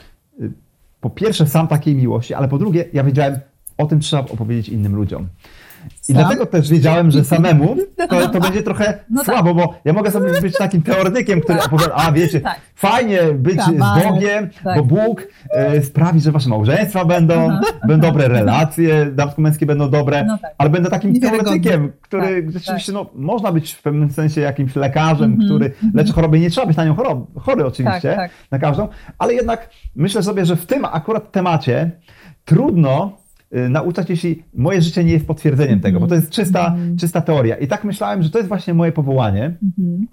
Speaker 3: y, po pierwsze sam takiej miłości, ale po drugie ja wiedziałem, o tym trzeba opowiedzieć innym ludziom. I
Speaker 4: Sam?
Speaker 3: dlatego też wiedziałem, że samemu to, to będzie trochę
Speaker 1: No tak.
Speaker 3: słabo, bo ja mogę sobie być takim teoretykiem, który opowiada, a wiecie,
Speaker 1: Tak.
Speaker 3: fajnie być
Speaker 4: Kabaret.
Speaker 3: z Bogiem,
Speaker 1: Tak.
Speaker 3: bo Bóg e, sprawi, że wasze małżeństwa będą,
Speaker 1: Aha,
Speaker 3: będą dobre relacje damsko-męskie będą dobre,
Speaker 1: No tak.
Speaker 3: ale będę takim
Speaker 4: Niewiarygodne.
Speaker 3: teoretykiem, który
Speaker 1: Tak,
Speaker 3: rzeczywiście no, można być w pewnym sensie jakimś lekarzem,
Speaker 1: Mhm,
Speaker 3: który
Speaker 1: mhm.
Speaker 3: leczy choroby. Nie trzeba być na nią chorob, chory oczywiście,
Speaker 1: Tak, tak.
Speaker 3: na każdą, ale jednak myślę sobie, że w tym akurat temacie trudno y, nauczać, jeśli moje życie nie jest potwierdzeniem tego, bo to jest czysta,
Speaker 1: Mhm.
Speaker 3: czysta teoria. I tak myślałem, że to jest właśnie moje powołanie.
Speaker 1: Mhm.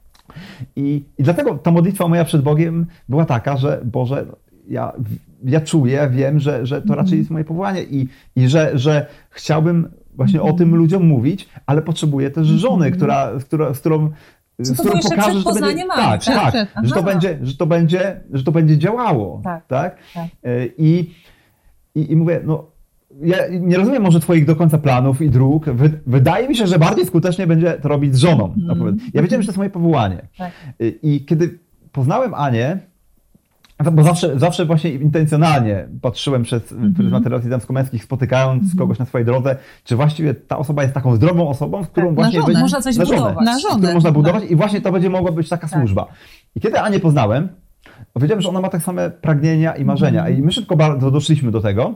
Speaker 3: I, I dlatego ta modlitwa moja przed Bogiem była taka, że Boże, ja, ja czuję, ja wiem, że, że to
Speaker 1: Mhm.
Speaker 3: raczej jest moje powołanie i, i że, że chciałbym właśnie
Speaker 1: Mhm.
Speaker 3: o tym ludziom mówić, ale potrzebuję też żony,
Speaker 1: Mhm.
Speaker 3: która, z która, z którą
Speaker 1: Co
Speaker 3: z
Speaker 1: to
Speaker 3: którą
Speaker 1: było jeszcze
Speaker 3: pokażę,
Speaker 1: przed
Speaker 3: że to będzie,
Speaker 1: poznaniem Ani,
Speaker 3: tak,
Speaker 1: przed-
Speaker 3: tak,
Speaker 4: przed,
Speaker 3: że to
Speaker 1: aha.
Speaker 3: będzie, że to będzie, że to będzie działało,
Speaker 1: Tak,
Speaker 3: tak?
Speaker 1: tak.
Speaker 3: Y, I, i, i mówię, no ja nie rozumiem może twoich do końca planów i dróg. Wy, wydaje mi się, że bardziej skutecznie będzie to robić z żoną.
Speaker 1: Mhm.
Speaker 3: Ja wiedziałem, że to jest moje powołanie.
Speaker 1: Tak.
Speaker 3: Y, I kiedy poznałem Anię, Bo zawsze, zawsze właśnie intencjonalnie patrzyłem przez
Speaker 1: Mhm.
Speaker 3: pryzmat relacji damsko-męskich, spotykając
Speaker 1: Mhm.
Speaker 3: kogoś na swojej drodze, czy właściwie ta osoba jest taką zdrową osobą, z którą
Speaker 4: Tak,
Speaker 3: właśnie
Speaker 4: na żonę.
Speaker 1: Można coś
Speaker 3: na żonę.
Speaker 1: budować.
Speaker 4: Na żonę.
Speaker 3: którą można budować
Speaker 1: Tak.
Speaker 3: i właśnie to będzie mogła być taka
Speaker 1: Tak.
Speaker 3: służba. I kiedy Anię poznałem, wiedziałem, że ona ma tak same pragnienia i marzenia.
Speaker 1: Mhm.
Speaker 3: I my szybko bardzo doszliśmy do tego,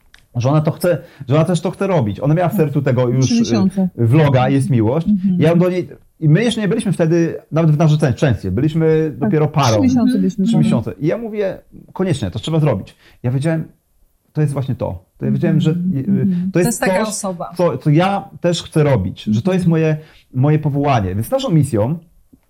Speaker 3: że ona to chce, że ona też to chce robić. Ona miała w sercu tego już
Speaker 4: Trzy miesiące.
Speaker 3: y, vloga, jest miłość.
Speaker 1: Mhm.
Speaker 3: Ja do niej, i my jeszcze nie byliśmy wtedy nawet w narzeczeństwie, byliśmy dopiero parą.
Speaker 4: Trzy miesiące byliśmy.
Speaker 3: Trzy
Speaker 4: razem.
Speaker 3: miesiące. I ja mówię, koniecznie, to trzeba zrobić. Ja wiedziałem, to jest właśnie to. To ja wiedziałem, że y, y, to
Speaker 1: To
Speaker 3: jest,
Speaker 1: jest taka
Speaker 3: coś,
Speaker 1: osoba.
Speaker 3: co, co ja też chcę robić, że to jest moje, moje powołanie. Więc naszą misją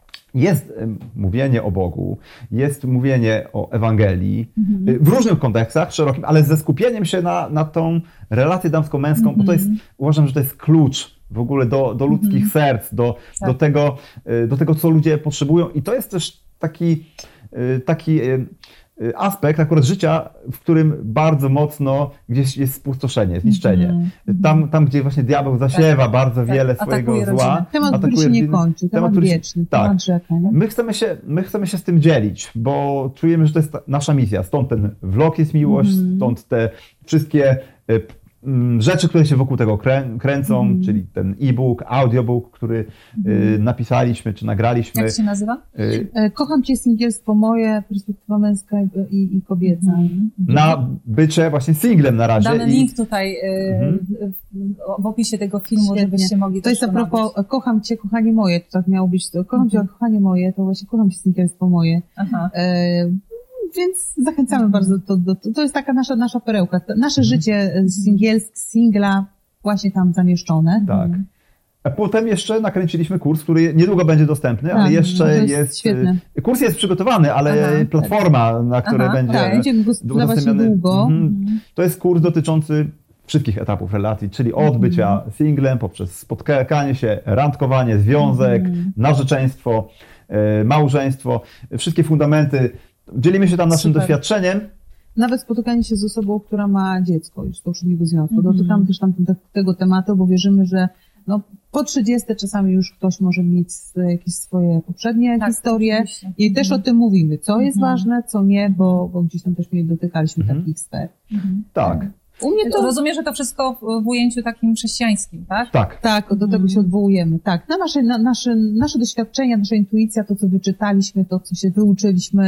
Speaker 3: jest em, mówienie o Bogu, jest mówienie o Ewangelii
Speaker 1: Mhm.
Speaker 3: y, w różnych kontekstach, szerokim, ale ze skupieniem się na, na tą relację damsko-męską, bo to jest, uważam, że to jest klucz w ogóle do, do ludzkich
Speaker 1: Mhm.
Speaker 3: serc, do,
Speaker 1: Tak.
Speaker 3: do, tego, y, do tego, co ludzie potrzebują. I to jest też taki, y, taki y, y, aspekt akurat życia, w którym bardzo mocno gdzieś jest spustoszenie, zniszczenie.
Speaker 1: Mhm.
Speaker 3: Tam, tam, gdzie właśnie diabeł zasiewa bardzo
Speaker 1: Tak.
Speaker 3: wiele
Speaker 1: Atakuje
Speaker 3: swojego
Speaker 1: rodzinę.
Speaker 3: zła.
Speaker 4: Temat, który
Speaker 3: atakuje
Speaker 4: się nie
Speaker 3: rodziny.
Speaker 4: kończy, temat
Speaker 3: który się-
Speaker 4: wieczny,
Speaker 3: tak.
Speaker 4: temat rzeka. Nie?
Speaker 3: My chcemy, się, my chcemy się z tym dzielić, bo czujemy, że to jest ta- nasza misja. Stąd ten vlog jest miłość,
Speaker 1: Mhm.
Speaker 3: stąd te wszystkie y, p- m, rzeczy, które się wokół tego krę, kręcą,
Speaker 1: Mhm.
Speaker 3: czyli ten e-book, audiobook, który y, napisaliśmy czy nagraliśmy.
Speaker 1: Jak się nazywa?
Speaker 3: Y,
Speaker 4: E, Kocham cię, singielstwo moje, perspektywa męska i, i, i kobieca.
Speaker 1: Mhm.
Speaker 3: na bycie właśnie singlem na razie.
Speaker 1: Damy
Speaker 3: i-
Speaker 1: link tutaj y,
Speaker 3: Mhm.
Speaker 1: w, w opisie tego filmu,
Speaker 4: Świetnie.
Speaker 1: żebyście mogli
Speaker 4: To jest
Speaker 1: też
Speaker 4: a propos
Speaker 1: nabyć.
Speaker 4: kocham cię, kochanie moje, to tak miało być. To, kocham cię,
Speaker 1: Mhm.
Speaker 4: kochanie moje, to właśnie kocham cię, singielstwo moje.
Speaker 1: Aha.
Speaker 4: E, więc zachęcamy
Speaker 1: Mhm.
Speaker 4: bardzo. Do, do, to jest taka nasza, nasza perełka. To Nasze
Speaker 3: Mhm.
Speaker 4: życie e, singielsk, singla właśnie tam zamieszczone.
Speaker 3: Tak.
Speaker 1: Mhm.
Speaker 3: A potem jeszcze nakręciliśmy kurs, który niedługo będzie dostępny, ale
Speaker 4: Tak,
Speaker 3: jeszcze
Speaker 4: no to jest
Speaker 3: jest.
Speaker 4: świetne.
Speaker 3: y, Kurs jest przygotowany, ale
Speaker 1: Aha,
Speaker 3: platforma, na której
Speaker 1: Aha,
Speaker 3: będzie.
Speaker 4: Tak, będziemy go sprzedawać
Speaker 3: udostępniony-
Speaker 4: niedługo.
Speaker 3: Mhm.
Speaker 1: Mhm.
Speaker 3: To jest kurs dotyczący wszystkich etapów relacji, czyli od bycia singlem, poprzez spotkanie się, randkowanie, związek,
Speaker 1: Mhm.
Speaker 3: narzeczeństwo, e, małżeństwo, wszystkie fundamenty. Dzielimy się tam naszym
Speaker 1: Super.
Speaker 3: doświadczeniem.
Speaker 4: Nawet spotykanie się z osobą, która ma dziecko już z poprzedniego związku.
Speaker 1: Mhm.
Speaker 4: Dotykamy też tam te, tego tematu, bo wierzymy, że no, po trzydziestce czasami już ktoś może mieć jakieś swoje poprzednie
Speaker 1: Tak,
Speaker 4: historie.
Speaker 1: oczywiście.
Speaker 4: I też o
Speaker 1: Mhm.
Speaker 4: tym mówimy, co jest
Speaker 1: Mhm.
Speaker 4: ważne, co nie, bo, bo gdzieś tam też mnie dotykaliśmy
Speaker 3: Mhm.
Speaker 4: takich sfer.
Speaker 1: Mhm.
Speaker 3: Tak,
Speaker 4: U mnie to
Speaker 1: Rozumiem, że to wszystko w, w ujęciu takim chrześcijańskim, tak?
Speaker 3: tak.
Speaker 4: tak, do tego
Speaker 1: Mhm.
Speaker 4: się odwołujemy. Tak, na nasze, na nasze, nasze doświadczenia, nasza intuicja, to co wyczytaliśmy, to co się wyuczyliśmy.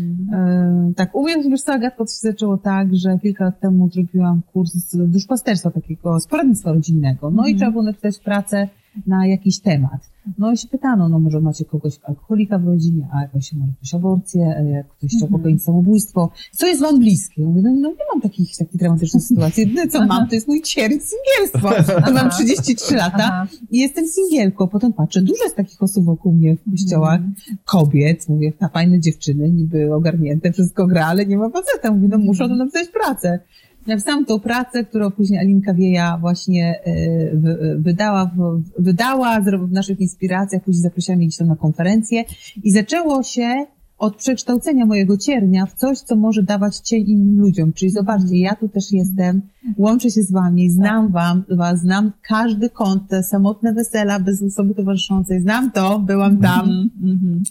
Speaker 1: Mhm.
Speaker 4: E, tak, u mnie wiesz co, Agatko, to się zaczęło tak, że kilka lat temu zrobiłam kurs z duszpasterstwa takiego, z poradnictwa rodzinnego. No i
Speaker 1: Mhm.
Speaker 4: trzeba było napisać pracę na jakiś temat. No i się pytano, no może macie kogoś alkoholika w rodzinie, a jakoś może ktoś aborcję, a jak ktoś chciał
Speaker 1: Mhm.
Speaker 4: popełnić samobójstwo. Co jest wam bliskie? Ja mówię, no, no nie mam takich, takich dramatycznych sytuacji. Jedyne co mam, to jest mój cierń singielstwo. To mam trzydzieści trzy lata
Speaker 1: Aha.
Speaker 4: i jestem singielką. Potem patrzę, dużo jest takich osób wokół mnie w kościołach, kobiet, mówię, ta fajne dziewczyny, niby ogarnięte, wszystko gra, ale nie ma faceta. Mówię, no muszę o tym napisać pracę. Napisałam tą pracę, którą później Alinka Wieja właśnie e, wy- wydała, w, wydała z- w naszych inspiracjach, później zaprosiła mnie gdzieś tam na konferencję i zaczęło się od przekształcenia mojego ciernia w coś, co może dawać cień innym ludziom. Czyli zobaczcie, ja tu też jestem, łączę się z wami, znam wam, was, znam każdy kąt, te samotne wesela bez osoby towarzyszącej, znam to, byłam tam.
Speaker 1: Mhm. Mhm.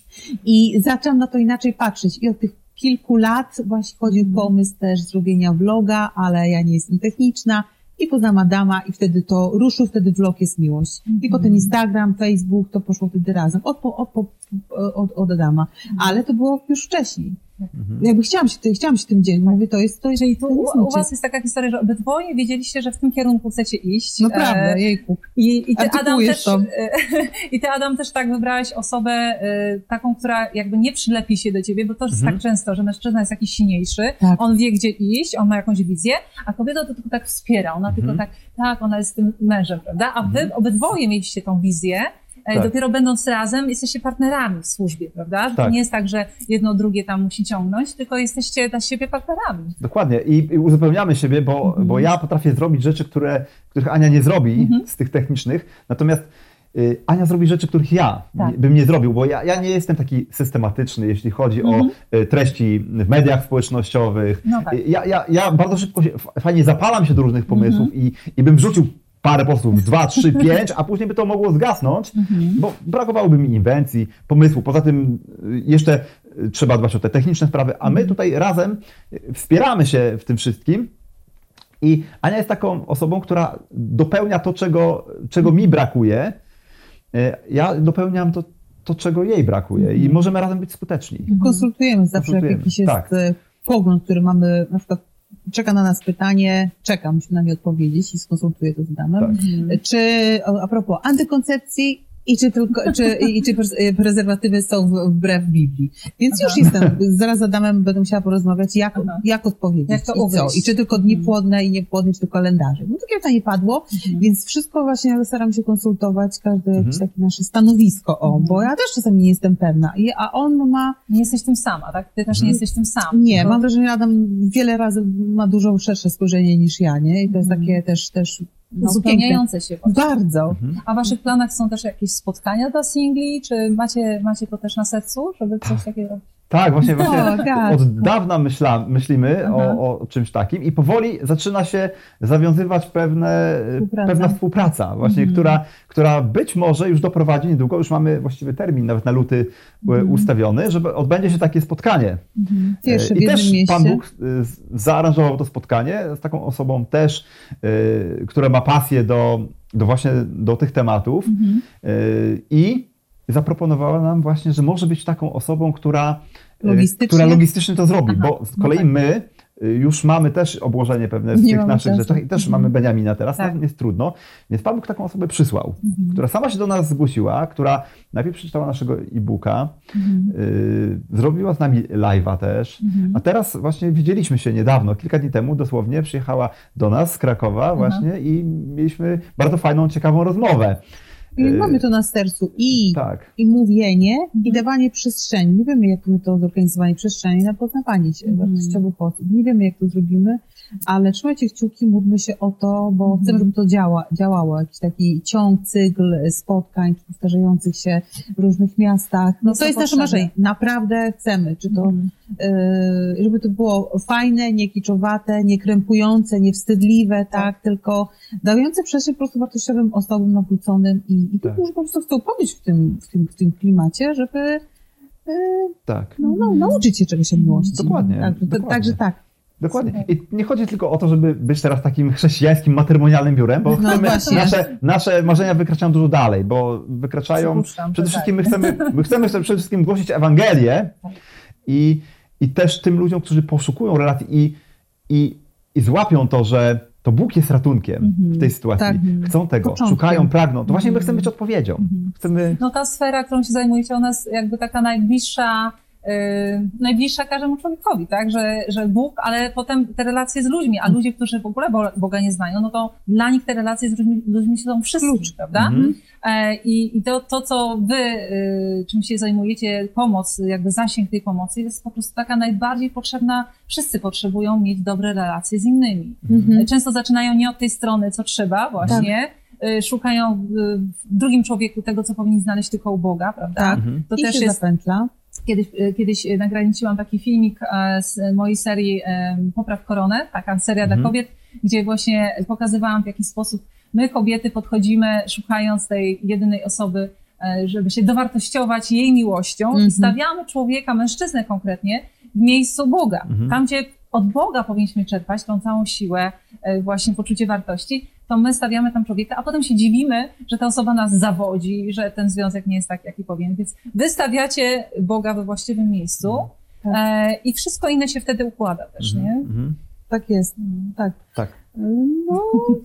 Speaker 4: I zaczęłam na to inaczej patrzeć. I od tych kilku lat właśnie chodził pomysł też zrobienia vloga, ale ja nie jestem techniczna. I poznałam Adama i wtedy to ruszył, wtedy vlog jest miłość. I
Speaker 1: Mhm.
Speaker 4: potem Instagram, Facebook, to poszło wtedy razem. Od, po- od, po- od, od Adama. Ale to było już wcześniej.
Speaker 3: Mhm.
Speaker 4: Jakby chciałam się, chciałam się tym dzielić. Mówię, to jest, to jest,
Speaker 1: Czyli tu
Speaker 4: to jest
Speaker 1: u, u
Speaker 4: nic.
Speaker 1: was jest taka historia, że obydwoje wiedzieliście, że w tym kierunku chcecie iść.
Speaker 4: No prawda,
Speaker 1: E,
Speaker 4: jejku.
Speaker 1: I, i, ty Adam
Speaker 4: Artykułujesz
Speaker 1: też,
Speaker 4: to.
Speaker 1: e, I ty, Adam, też tak wybrałeś osobę e, taką, która jakby nie przylepi się do ciebie, bo to jest
Speaker 3: Mhm.
Speaker 1: tak często, że mężczyzna jest jakiś silniejszy,
Speaker 4: Tak.
Speaker 1: on wie, gdzie iść, on ma jakąś wizję, a kobieta to tylko tak wspiera, ona tylko
Speaker 3: Mhm.
Speaker 1: tak, tak, ona jest tym mężem, prawda? A wy obydwoje mieliście tą wizję, e,
Speaker 3: Tak.
Speaker 1: dopiero będąc razem jesteście partnerami w służbie, prawda? Że
Speaker 3: Tak.
Speaker 1: To nie jest tak, że jedno drugie tam musi ciągnąć, tylko jesteście dla siebie partnerami.
Speaker 3: Dokładnie. I, i uzupełniamy siebie, bo,
Speaker 1: Mhm.
Speaker 3: bo ja potrafię zrobić rzeczy, które, których Ania nie zrobi
Speaker 1: Mhm.
Speaker 3: z tych technicznych. Natomiast y, Ania zrobi rzeczy, których ja
Speaker 1: Tak.
Speaker 3: nie, bym nie zrobił, bo ja, ja nie jestem taki systematyczny, jeśli chodzi
Speaker 1: Mhm.
Speaker 3: o y, treści w mediach społecznościowych.
Speaker 1: No tak.
Speaker 3: Y, Ja, ja, ja bardzo szybko się, f- fajnie zapalam się do różnych pomysłów
Speaker 1: Mhm.
Speaker 3: i, i bym wrzucił parę postów, dwa, trzy, pięć, a później by to mogło zgasnąć,
Speaker 1: Mhm.
Speaker 3: bo brakowałoby mi inwencji, pomysłu. Poza tym y, jeszcze trzeba dbać o te techniczne sprawy, a my tutaj razem wspieramy się w tym wszystkim. I Ania jest taką osobą, która dopełnia to, czego, czego mi brakuje. Ja dopełniam to, to, czego jej brakuje i możemy razem być skuteczni.
Speaker 4: Konsultujemy zawsze,
Speaker 3: Konsultujemy.
Speaker 4: jak jakiś jest
Speaker 3: Tak.
Speaker 4: pogląd, który mamy, na przykład czeka na nas pytanie, czeka, musimy na nie odpowiedzieć i skonsultuję to z Adamem.
Speaker 3: Tak.
Speaker 4: Czy, a propos antykoncepcji, I czy, tylko, czy, i czy prezerwatywy są wbrew Biblii. Więc
Speaker 1: Aha.
Speaker 4: już jestem, zaraz z Adamem będę musiała porozmawiać, jak, jak odpowiedzieć
Speaker 1: Jak to
Speaker 4: i co.
Speaker 1: ugryźć.
Speaker 4: I czy tylko dni
Speaker 1: Mhm.
Speaker 4: płodne i niepłodne, czy tylko kalendarze. No takie pytanie padło,
Speaker 1: Mhm.
Speaker 4: więc wszystko właśnie ja staram się konsultować, każde
Speaker 3: Mhm.
Speaker 4: jakieś takie nasze stanowisko, o,
Speaker 1: Mhm.
Speaker 4: bo ja też czasami nie jestem pewna. I, a on ma,
Speaker 1: Nie jesteś tym sama, tak? Ty też
Speaker 3: Mhm.
Speaker 1: nie jesteś tym sam.
Speaker 4: nie,
Speaker 1: Bo-
Speaker 4: mam wrażenie, że Adam wiele razy ma dużo szersze spojrzenie niż ja, nie? I to jest
Speaker 1: Mhm.
Speaker 4: takie też, też no, piękne.
Speaker 1: Uzupełniające się właśnie.
Speaker 4: Bardzo.
Speaker 3: Mhm.
Speaker 1: A w waszych planach są też jakieś spotkania dla singli? Czy macie, macie to też na sercu, żeby coś takiego...
Speaker 3: Tak, właśnie, właśnie
Speaker 4: O, tak.
Speaker 3: od dawna myśla, myślimy
Speaker 1: Aha.
Speaker 3: o, o czymś takim i powoli zaczyna się zawiązywać pewne,
Speaker 4: Współpraca.
Speaker 3: pewna współpraca, właśnie,
Speaker 1: Mhm.
Speaker 3: która, która być może już doprowadzi niedługo, już mamy właściwy termin nawet na luty e,
Speaker 1: Mhm.
Speaker 3: ustawiony, że odbędzie się takie spotkanie.
Speaker 1: Mhm.
Speaker 4: Pierwsze w
Speaker 3: I
Speaker 4: jednym
Speaker 3: też
Speaker 4: mieście.
Speaker 3: Pan Bóg e, z- zaaranżował to spotkanie z taką osobą też, e, która ma pasję do, do właśnie do tych tematów
Speaker 1: Mhm.
Speaker 3: e, i zaproponowała nam właśnie, że może być taką osobą, która, e,
Speaker 4: Logistycznie?
Speaker 3: która logistycznie to zrobi,
Speaker 1: Aha,
Speaker 3: bo z
Speaker 1: no
Speaker 3: kolei
Speaker 1: tak.
Speaker 3: my y, już mamy też obłożenie pewne w
Speaker 4: Nie
Speaker 3: tych
Speaker 4: mamy
Speaker 3: naszych
Speaker 4: czasu.
Speaker 3: rzeczach i też
Speaker 1: Mhm.
Speaker 3: mamy Beniamina teraz,
Speaker 1: Tak.
Speaker 3: nam jest trudno, więc Pan Bóg taką osobę przysłał,
Speaker 1: Mhm.
Speaker 3: która sama się do nas zgłosiła, która najpierw przeczytała naszego e-booka,
Speaker 1: Mhm.
Speaker 3: y, zrobiła z nami live'a też,
Speaker 1: Mhm.
Speaker 3: a teraz właśnie widzieliśmy się niedawno, kilka dni temu dosłownie przyjechała do nas z Krakowa właśnie i mieliśmy bardzo fajną, ciekawą rozmowę.
Speaker 4: I
Speaker 3: Y,
Speaker 4: mamy to na sercu i,
Speaker 3: Tak.
Speaker 4: i mówienie,
Speaker 1: Mhm.
Speaker 4: i dawanie przestrzeni. Nie wiemy, jak my to zorganizowanie przestrzeni na poznawanie się
Speaker 1: Mhm.
Speaker 4: wartościowych osób. Nie wiemy, jak to zrobimy, ale trzymajcie kciuki, módlmy się o to, bo
Speaker 1: Mhm.
Speaker 4: chcemy, żeby to działa, działało. Jakiś taki ciąg, cykl spotkań powtarzających się w różnych miastach. No
Speaker 1: Jest
Speaker 4: to
Speaker 1: to
Speaker 4: jest nasze
Speaker 1: potrzebne.
Speaker 4: marzenie. Naprawdę chcemy, czy to
Speaker 1: Mhm.
Speaker 4: Yy, żeby to było fajne, nie kiczowate, nie krępujące, nie wstydliwe, tak, tylko dające przestrzeń po prostu wartościowym osobom nawróconym i, i
Speaker 3: Tak.
Speaker 4: tym, którzy po prostu chcą pobyć w tym, w tym, w tym klimacie, żeby yy,
Speaker 3: Tak.
Speaker 4: no, no, nauczyć się czegoś o miłości.
Speaker 3: Dokładnie,
Speaker 4: Także,
Speaker 3: dokładnie.
Speaker 4: także tak.
Speaker 3: Dokładnie. I nie chodzi tylko o to, żeby być teraz takim chrześcijańskim, matrymonialnym biurem, bo
Speaker 4: No
Speaker 3: chcemy,
Speaker 4: właśnie.
Speaker 3: nasze, nasze marzenia wykraczają dużo dalej, bo wykraczają
Speaker 1: Przypuszczam,
Speaker 3: przede
Speaker 1: że
Speaker 3: wszystkim, my
Speaker 1: tak.
Speaker 3: chcemy, my chcemy przede wszystkim głosić Ewangelię
Speaker 1: Tak.
Speaker 3: i, i też tym ludziom, którzy poszukują relacji i, i, i złapią to, że to Bóg jest ratunkiem
Speaker 1: Mhm.
Speaker 3: w tej sytuacji.
Speaker 4: Tak.
Speaker 3: Chcą tego,
Speaker 4: Początkiem.
Speaker 3: szukają, pragną. To właśnie my
Speaker 1: Mhm.
Speaker 3: chcemy być odpowiedzią.
Speaker 1: Mhm.
Speaker 3: Chcemy...
Speaker 1: No ta sfera, którą się zajmujecie, ona jest jakby taka najbliższa, yy, najbliższa każdemu człowiekowi, tak? Że, że Bóg, ale potem te relacje z ludźmi, a ludzie, którzy w ogóle Bo- Boga nie znają, no to dla nich te relacje z ludźmi, ludźmi są wszystkim,
Speaker 4: Klucz.
Speaker 1: prawda?
Speaker 3: Mhm.
Speaker 1: E, I, i to, to, co wy, y, czym się zajmujecie, pomoc, jakby zasięg tej pomocy jest po prostu taka najbardziej potrzebna. Wszyscy potrzebują mieć dobre relacje z innymi.
Speaker 4: Mhm.
Speaker 1: Często zaczynają nie od tej strony, co trzeba właśnie, y, szukają y, w drugim człowieku tego, co powinni znaleźć tylko u Boga, prawda?
Speaker 4: Tak.
Speaker 3: Mhm.
Speaker 1: To
Speaker 4: I
Speaker 1: też
Speaker 4: się
Speaker 1: jest,
Speaker 4: zapętla.
Speaker 1: kiedyś, y, kiedyś y, nagraniczyłam taki filmik e, z mojej serii e, Popraw Koronę, taka seria
Speaker 3: Mhm.
Speaker 1: dla kobiet, gdzie właśnie pokazywałam, w jaki sposób my, kobiety, podchodzimy, szukając tej jedynej osoby, e, żeby się dowartościować jej miłością
Speaker 4: Mhm.
Speaker 1: i stawiamy człowieka, mężczyznę konkretnie, w miejscu Boga.
Speaker 3: Mhm.
Speaker 1: Tam, gdzie od Boga powinniśmy czerpać tą całą siłę, e, właśnie poczucie wartości, to my stawiamy tam człowieka, a potem się dziwimy, że ta osoba nas zawodzi, że ten związek nie jest tak, jaki powinien. Więc wy stawiacie Boga we właściwym miejscu
Speaker 4: Tak.
Speaker 1: e, i wszystko inne się wtedy układa też, nie?
Speaker 3: Mhm.
Speaker 4: Tak jest. Tak.
Speaker 3: Tak.
Speaker 4: No,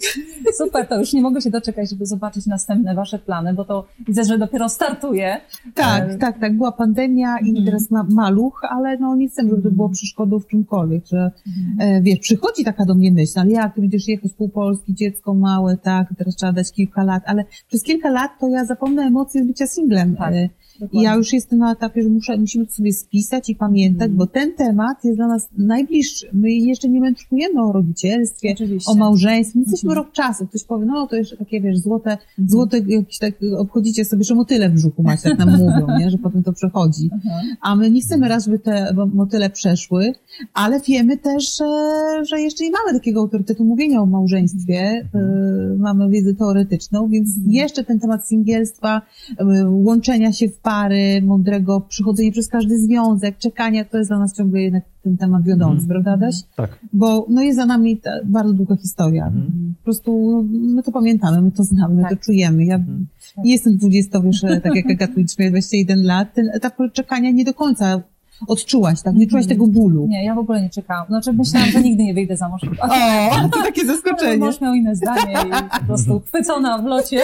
Speaker 1: Super, to już nie mogę się doczekać, żeby zobaczyć następne wasze plany, bo to widzę, że dopiero startuje.
Speaker 4: tak,
Speaker 1: E,
Speaker 4: tak, tak. Była pandemia i
Speaker 1: Mhm.
Speaker 4: teraz ma maluch, ale no nie chcę, żeby to było przeszkodą w czymkolwiek, że E, wiesz, przychodzi taka do mnie myśl, ale jak ty będziesz jechać pół Polski, dziecko małe, tak, teraz trzeba dać kilka lat, ale przez kilka lat to ja zapomnę emocje z bycia singlem.
Speaker 1: Tak,
Speaker 4: E,
Speaker 1: Dokładnie.
Speaker 4: I ja już jestem na etapie, że muszę, musimy to sobie spisać i pamiętać,
Speaker 1: Mhm.
Speaker 4: bo ten temat jest dla nas najbliższy. My jeszcze nie mędrkujemy o rodzicielstwie,
Speaker 1: Oczywiście. Oczywiście.
Speaker 4: o małżeństwie. My jesteśmy
Speaker 1: Mhm.
Speaker 4: rok czasu. Ktoś powie, no to jeszcze takie, wiesz, złote, złote jakieś tak obchodzicie sobie, że motyle w brzuchu macie, jak nam mówią, nie? Że potem to przechodzi.
Speaker 1: Mhm.
Speaker 4: A my nie chcemy raz, żeby te motyle przeszły, ale wiemy też, że, że jeszcze nie mamy takiego autorytetu mówienia o małżeństwie. Yy, mamy wiedzę teoretyczną, więc jeszcze ten temat singielstwa, yy, łączenia się w pary, mądrego przychodzenia przez każdy związek, czekania, to jest dla nas ciągle jednak ten temat wiodący,
Speaker 3: Mhm.
Speaker 4: prawda, Adaś?
Speaker 3: Tak.
Speaker 4: Bo no jest za nami ta bardzo długa historia.
Speaker 3: Mhm.
Speaker 4: Po prostu my to pamiętamy, my to znamy, my
Speaker 1: Tak.
Speaker 4: to czujemy. Ja
Speaker 3: Mhm.
Speaker 4: nie jestem dwudziestowieczna, tak jak Agata, miała dwadzieścia jeden lat. Ten etap czekania nie do końca odczułaś, tak? Nie czułaś tego bólu.
Speaker 1: Nie, ja w ogóle nie czekałam. Znaczy myślałam, że nigdy nie wyjdę za mąż.
Speaker 4: O, to takie
Speaker 1: Ale
Speaker 4: zaskoczenie.
Speaker 1: mąż miał inne zdanie i po prostu chwycona w locie.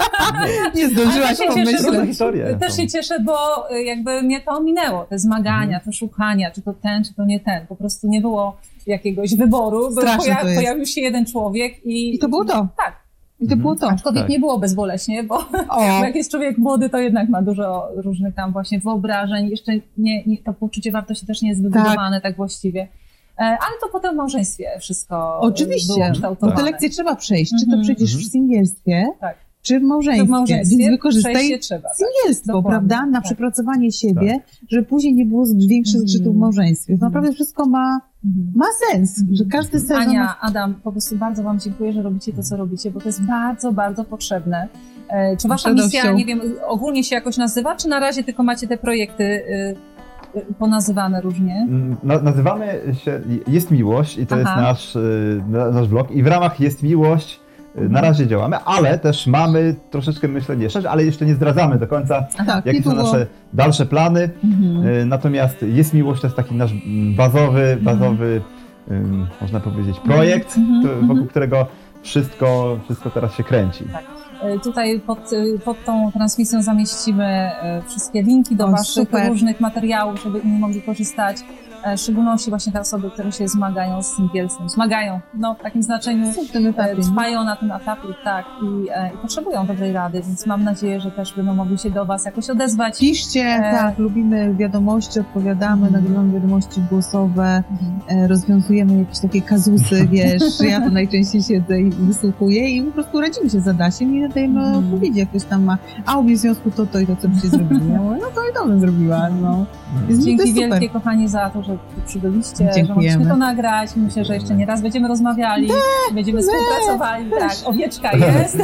Speaker 4: Nie zdążyłaś
Speaker 1: Ale się cieszę,
Speaker 3: Trudna
Speaker 4: pomyśleć.
Speaker 3: historia.
Speaker 1: Też się cieszę, bo y, jakby mnie to ominęło, te zmagania, te szukania, czy to ten, czy to nie ten. Po prostu nie było jakiegoś wyboru, bo
Speaker 4: Straszne
Speaker 1: poja-
Speaker 4: to jest.
Speaker 1: pojawił się jeden człowiek i...
Speaker 4: I to było to.
Speaker 1: Tak.
Speaker 4: I to było to.
Speaker 1: Aczkolwiek
Speaker 3: Tak.
Speaker 1: nie było bezboleśnie, bo
Speaker 4: O,
Speaker 1: jak jest człowiek młody, to jednak ma dużo różnych tam właśnie wyobrażeń. Jeszcze nie, nie, to poczucie wartości też nie jest wybudowane tak, właściwie. E, Ale to potem w małżeństwie wszystko
Speaker 4: oczywiście.
Speaker 1: było
Speaker 4: Bo
Speaker 1: kształtowane.
Speaker 4: te lekcje trzeba przejść. Czy to
Speaker 1: Mhm.
Speaker 4: przejdziesz w
Speaker 3: Mhm.
Speaker 4: singielstwie,
Speaker 1: Tak.
Speaker 4: czy w
Speaker 1: To
Speaker 4: małżeństwie.
Speaker 1: w małżeństwie
Speaker 4: Więc wykorzystaj
Speaker 1: przejść się trzeba. Tak.
Speaker 4: singielstwo,
Speaker 1: Dokładnie,
Speaker 4: prawda? Na
Speaker 1: tak.
Speaker 4: przepracowanie siebie, żeby później nie było większych
Speaker 1: Mhm.
Speaker 4: zgrzytów w małżeństwie.
Speaker 1: Mhm.
Speaker 4: Naprawdę wszystko ma,
Speaker 1: Mhm.
Speaker 4: ma sens, że każdy sezon...
Speaker 1: Ania, Adam, po prostu bardzo wam dziękuję, że robicie to, co robicie, bo to jest bardzo, bardzo potrzebne. E, Czy wasza
Speaker 4: Z radością.
Speaker 1: misja, nie wiem, ogólnie się jakoś nazywa, czy na razie tylko macie te projekty y, y, ponazywane różnie?
Speaker 3: Mm, Na, nazywamy się Jest Miłość i to
Speaker 1: Aha.
Speaker 3: jest nasz, y, na- nasz blog i w ramach Jest Miłość y, na
Speaker 1: Mhm.
Speaker 3: razie działamy, ale też mamy troszeczkę myślenie szerzej, ale jeszcze nie zdradzamy do końca,
Speaker 4: Tak,
Speaker 3: jakie są
Speaker 4: niedługo.
Speaker 3: nasze dalsze plany.
Speaker 1: Mhm.
Speaker 3: Y, Natomiast Jest Miłość to jest taki nasz mm, bazowy, bazowy ym, można powiedzieć, projekt,
Speaker 1: Mhm.
Speaker 3: który-
Speaker 1: Mhm.
Speaker 3: wokół którego wszystko, wszystko teraz się kręci.
Speaker 1: E, Tutaj pod, y, pod tą transmisją zamieścimy e, wszystkie linki do
Speaker 4: O,
Speaker 1: waszych
Speaker 4: super.
Speaker 1: różnych materiałów, żeby inni mogli korzystać. E, W szczególności właśnie te osoby, które się zmagają z singielstwem. Zmagają, no w takim znaczeniu.
Speaker 4: W tym
Speaker 1: E,
Speaker 4: etapie.
Speaker 1: Trwają na tym etapie, tak, i, e, i potrzebują dobrej rady, więc mam nadzieję, że też będą mogli się do was jakoś odezwać.
Speaker 4: Piszcie,
Speaker 1: E,
Speaker 4: tak, lubimy wiadomości, odpowiadamy,
Speaker 1: Mhm.
Speaker 4: nagrywamy wiadomości głosowe, e, rozwiązujemy jakieś takie kazusy, wiesz, ja to najczęściej siedzę i wysłuchuję i po prostu radzimy się z Adasiem i dajemy
Speaker 1: Mhm.
Speaker 4: odpowiedzi, jak ktoś tam ma, a obie w związku to, to i to, co byście zrobili. Ja mówię, no to i to bym zrobiła, no. Jest, to
Speaker 1: Dzięki
Speaker 4: jest super.
Speaker 1: wielkie, kochani, za to, że tu przybyliście, że
Speaker 4: Dziękujemy.
Speaker 1: mogliśmy to nagrać. Myślę, że jeszcze nie raz będziemy rozmawiali, będziemy współpracowali. Tak, owieczka jest.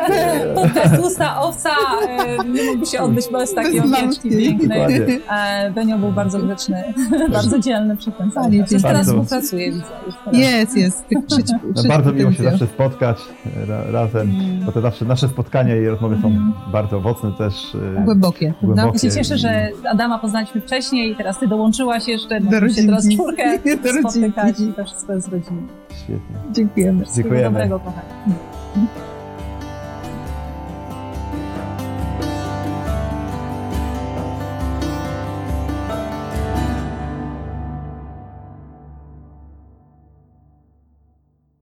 Speaker 1: Podcast Tłusta Owca e, nie mógłby się odbyć bez takiej
Speaker 4: Bez
Speaker 1: owieczki
Speaker 4: małpki.
Speaker 1: pięknej.
Speaker 3: Dokładnie.
Speaker 1: E, Benio był bardzo grzeczny, bardzo dzielny przy tym całym.
Speaker 4: Panie,
Speaker 1: Już teraz
Speaker 3: bardzo.
Speaker 1: współpracuje, widzę. Już teraz.
Speaker 4: Jest, jest. Tych trzeci,
Speaker 3: No,
Speaker 4: trzeci
Speaker 3: bardzo miło się
Speaker 4: potencjał.
Speaker 3: zawsze spotkać ra, razem,
Speaker 1: Mm.
Speaker 3: bo to zawsze nasze spotkania i rozmowy są
Speaker 1: Mhm.
Speaker 3: bardzo owocne też. y,
Speaker 4: Głębokie.
Speaker 3: głębokie
Speaker 1: Ja się cieszę,
Speaker 3: i-
Speaker 1: że Adama poznaliśmy wcześniej i teraz ty dołączyłaś jeszcze,
Speaker 4: Do
Speaker 1: możemy się teraz
Speaker 4: rodzinki.
Speaker 1: czwórkę
Speaker 4: Do rodzinki.
Speaker 1: spotykać i to wszystko jest rodziny.
Speaker 3: Świetnie.
Speaker 4: Dziękujemy.
Speaker 1: Wszystkiego
Speaker 3: Dziękujemy.
Speaker 1: dobrego, kochani.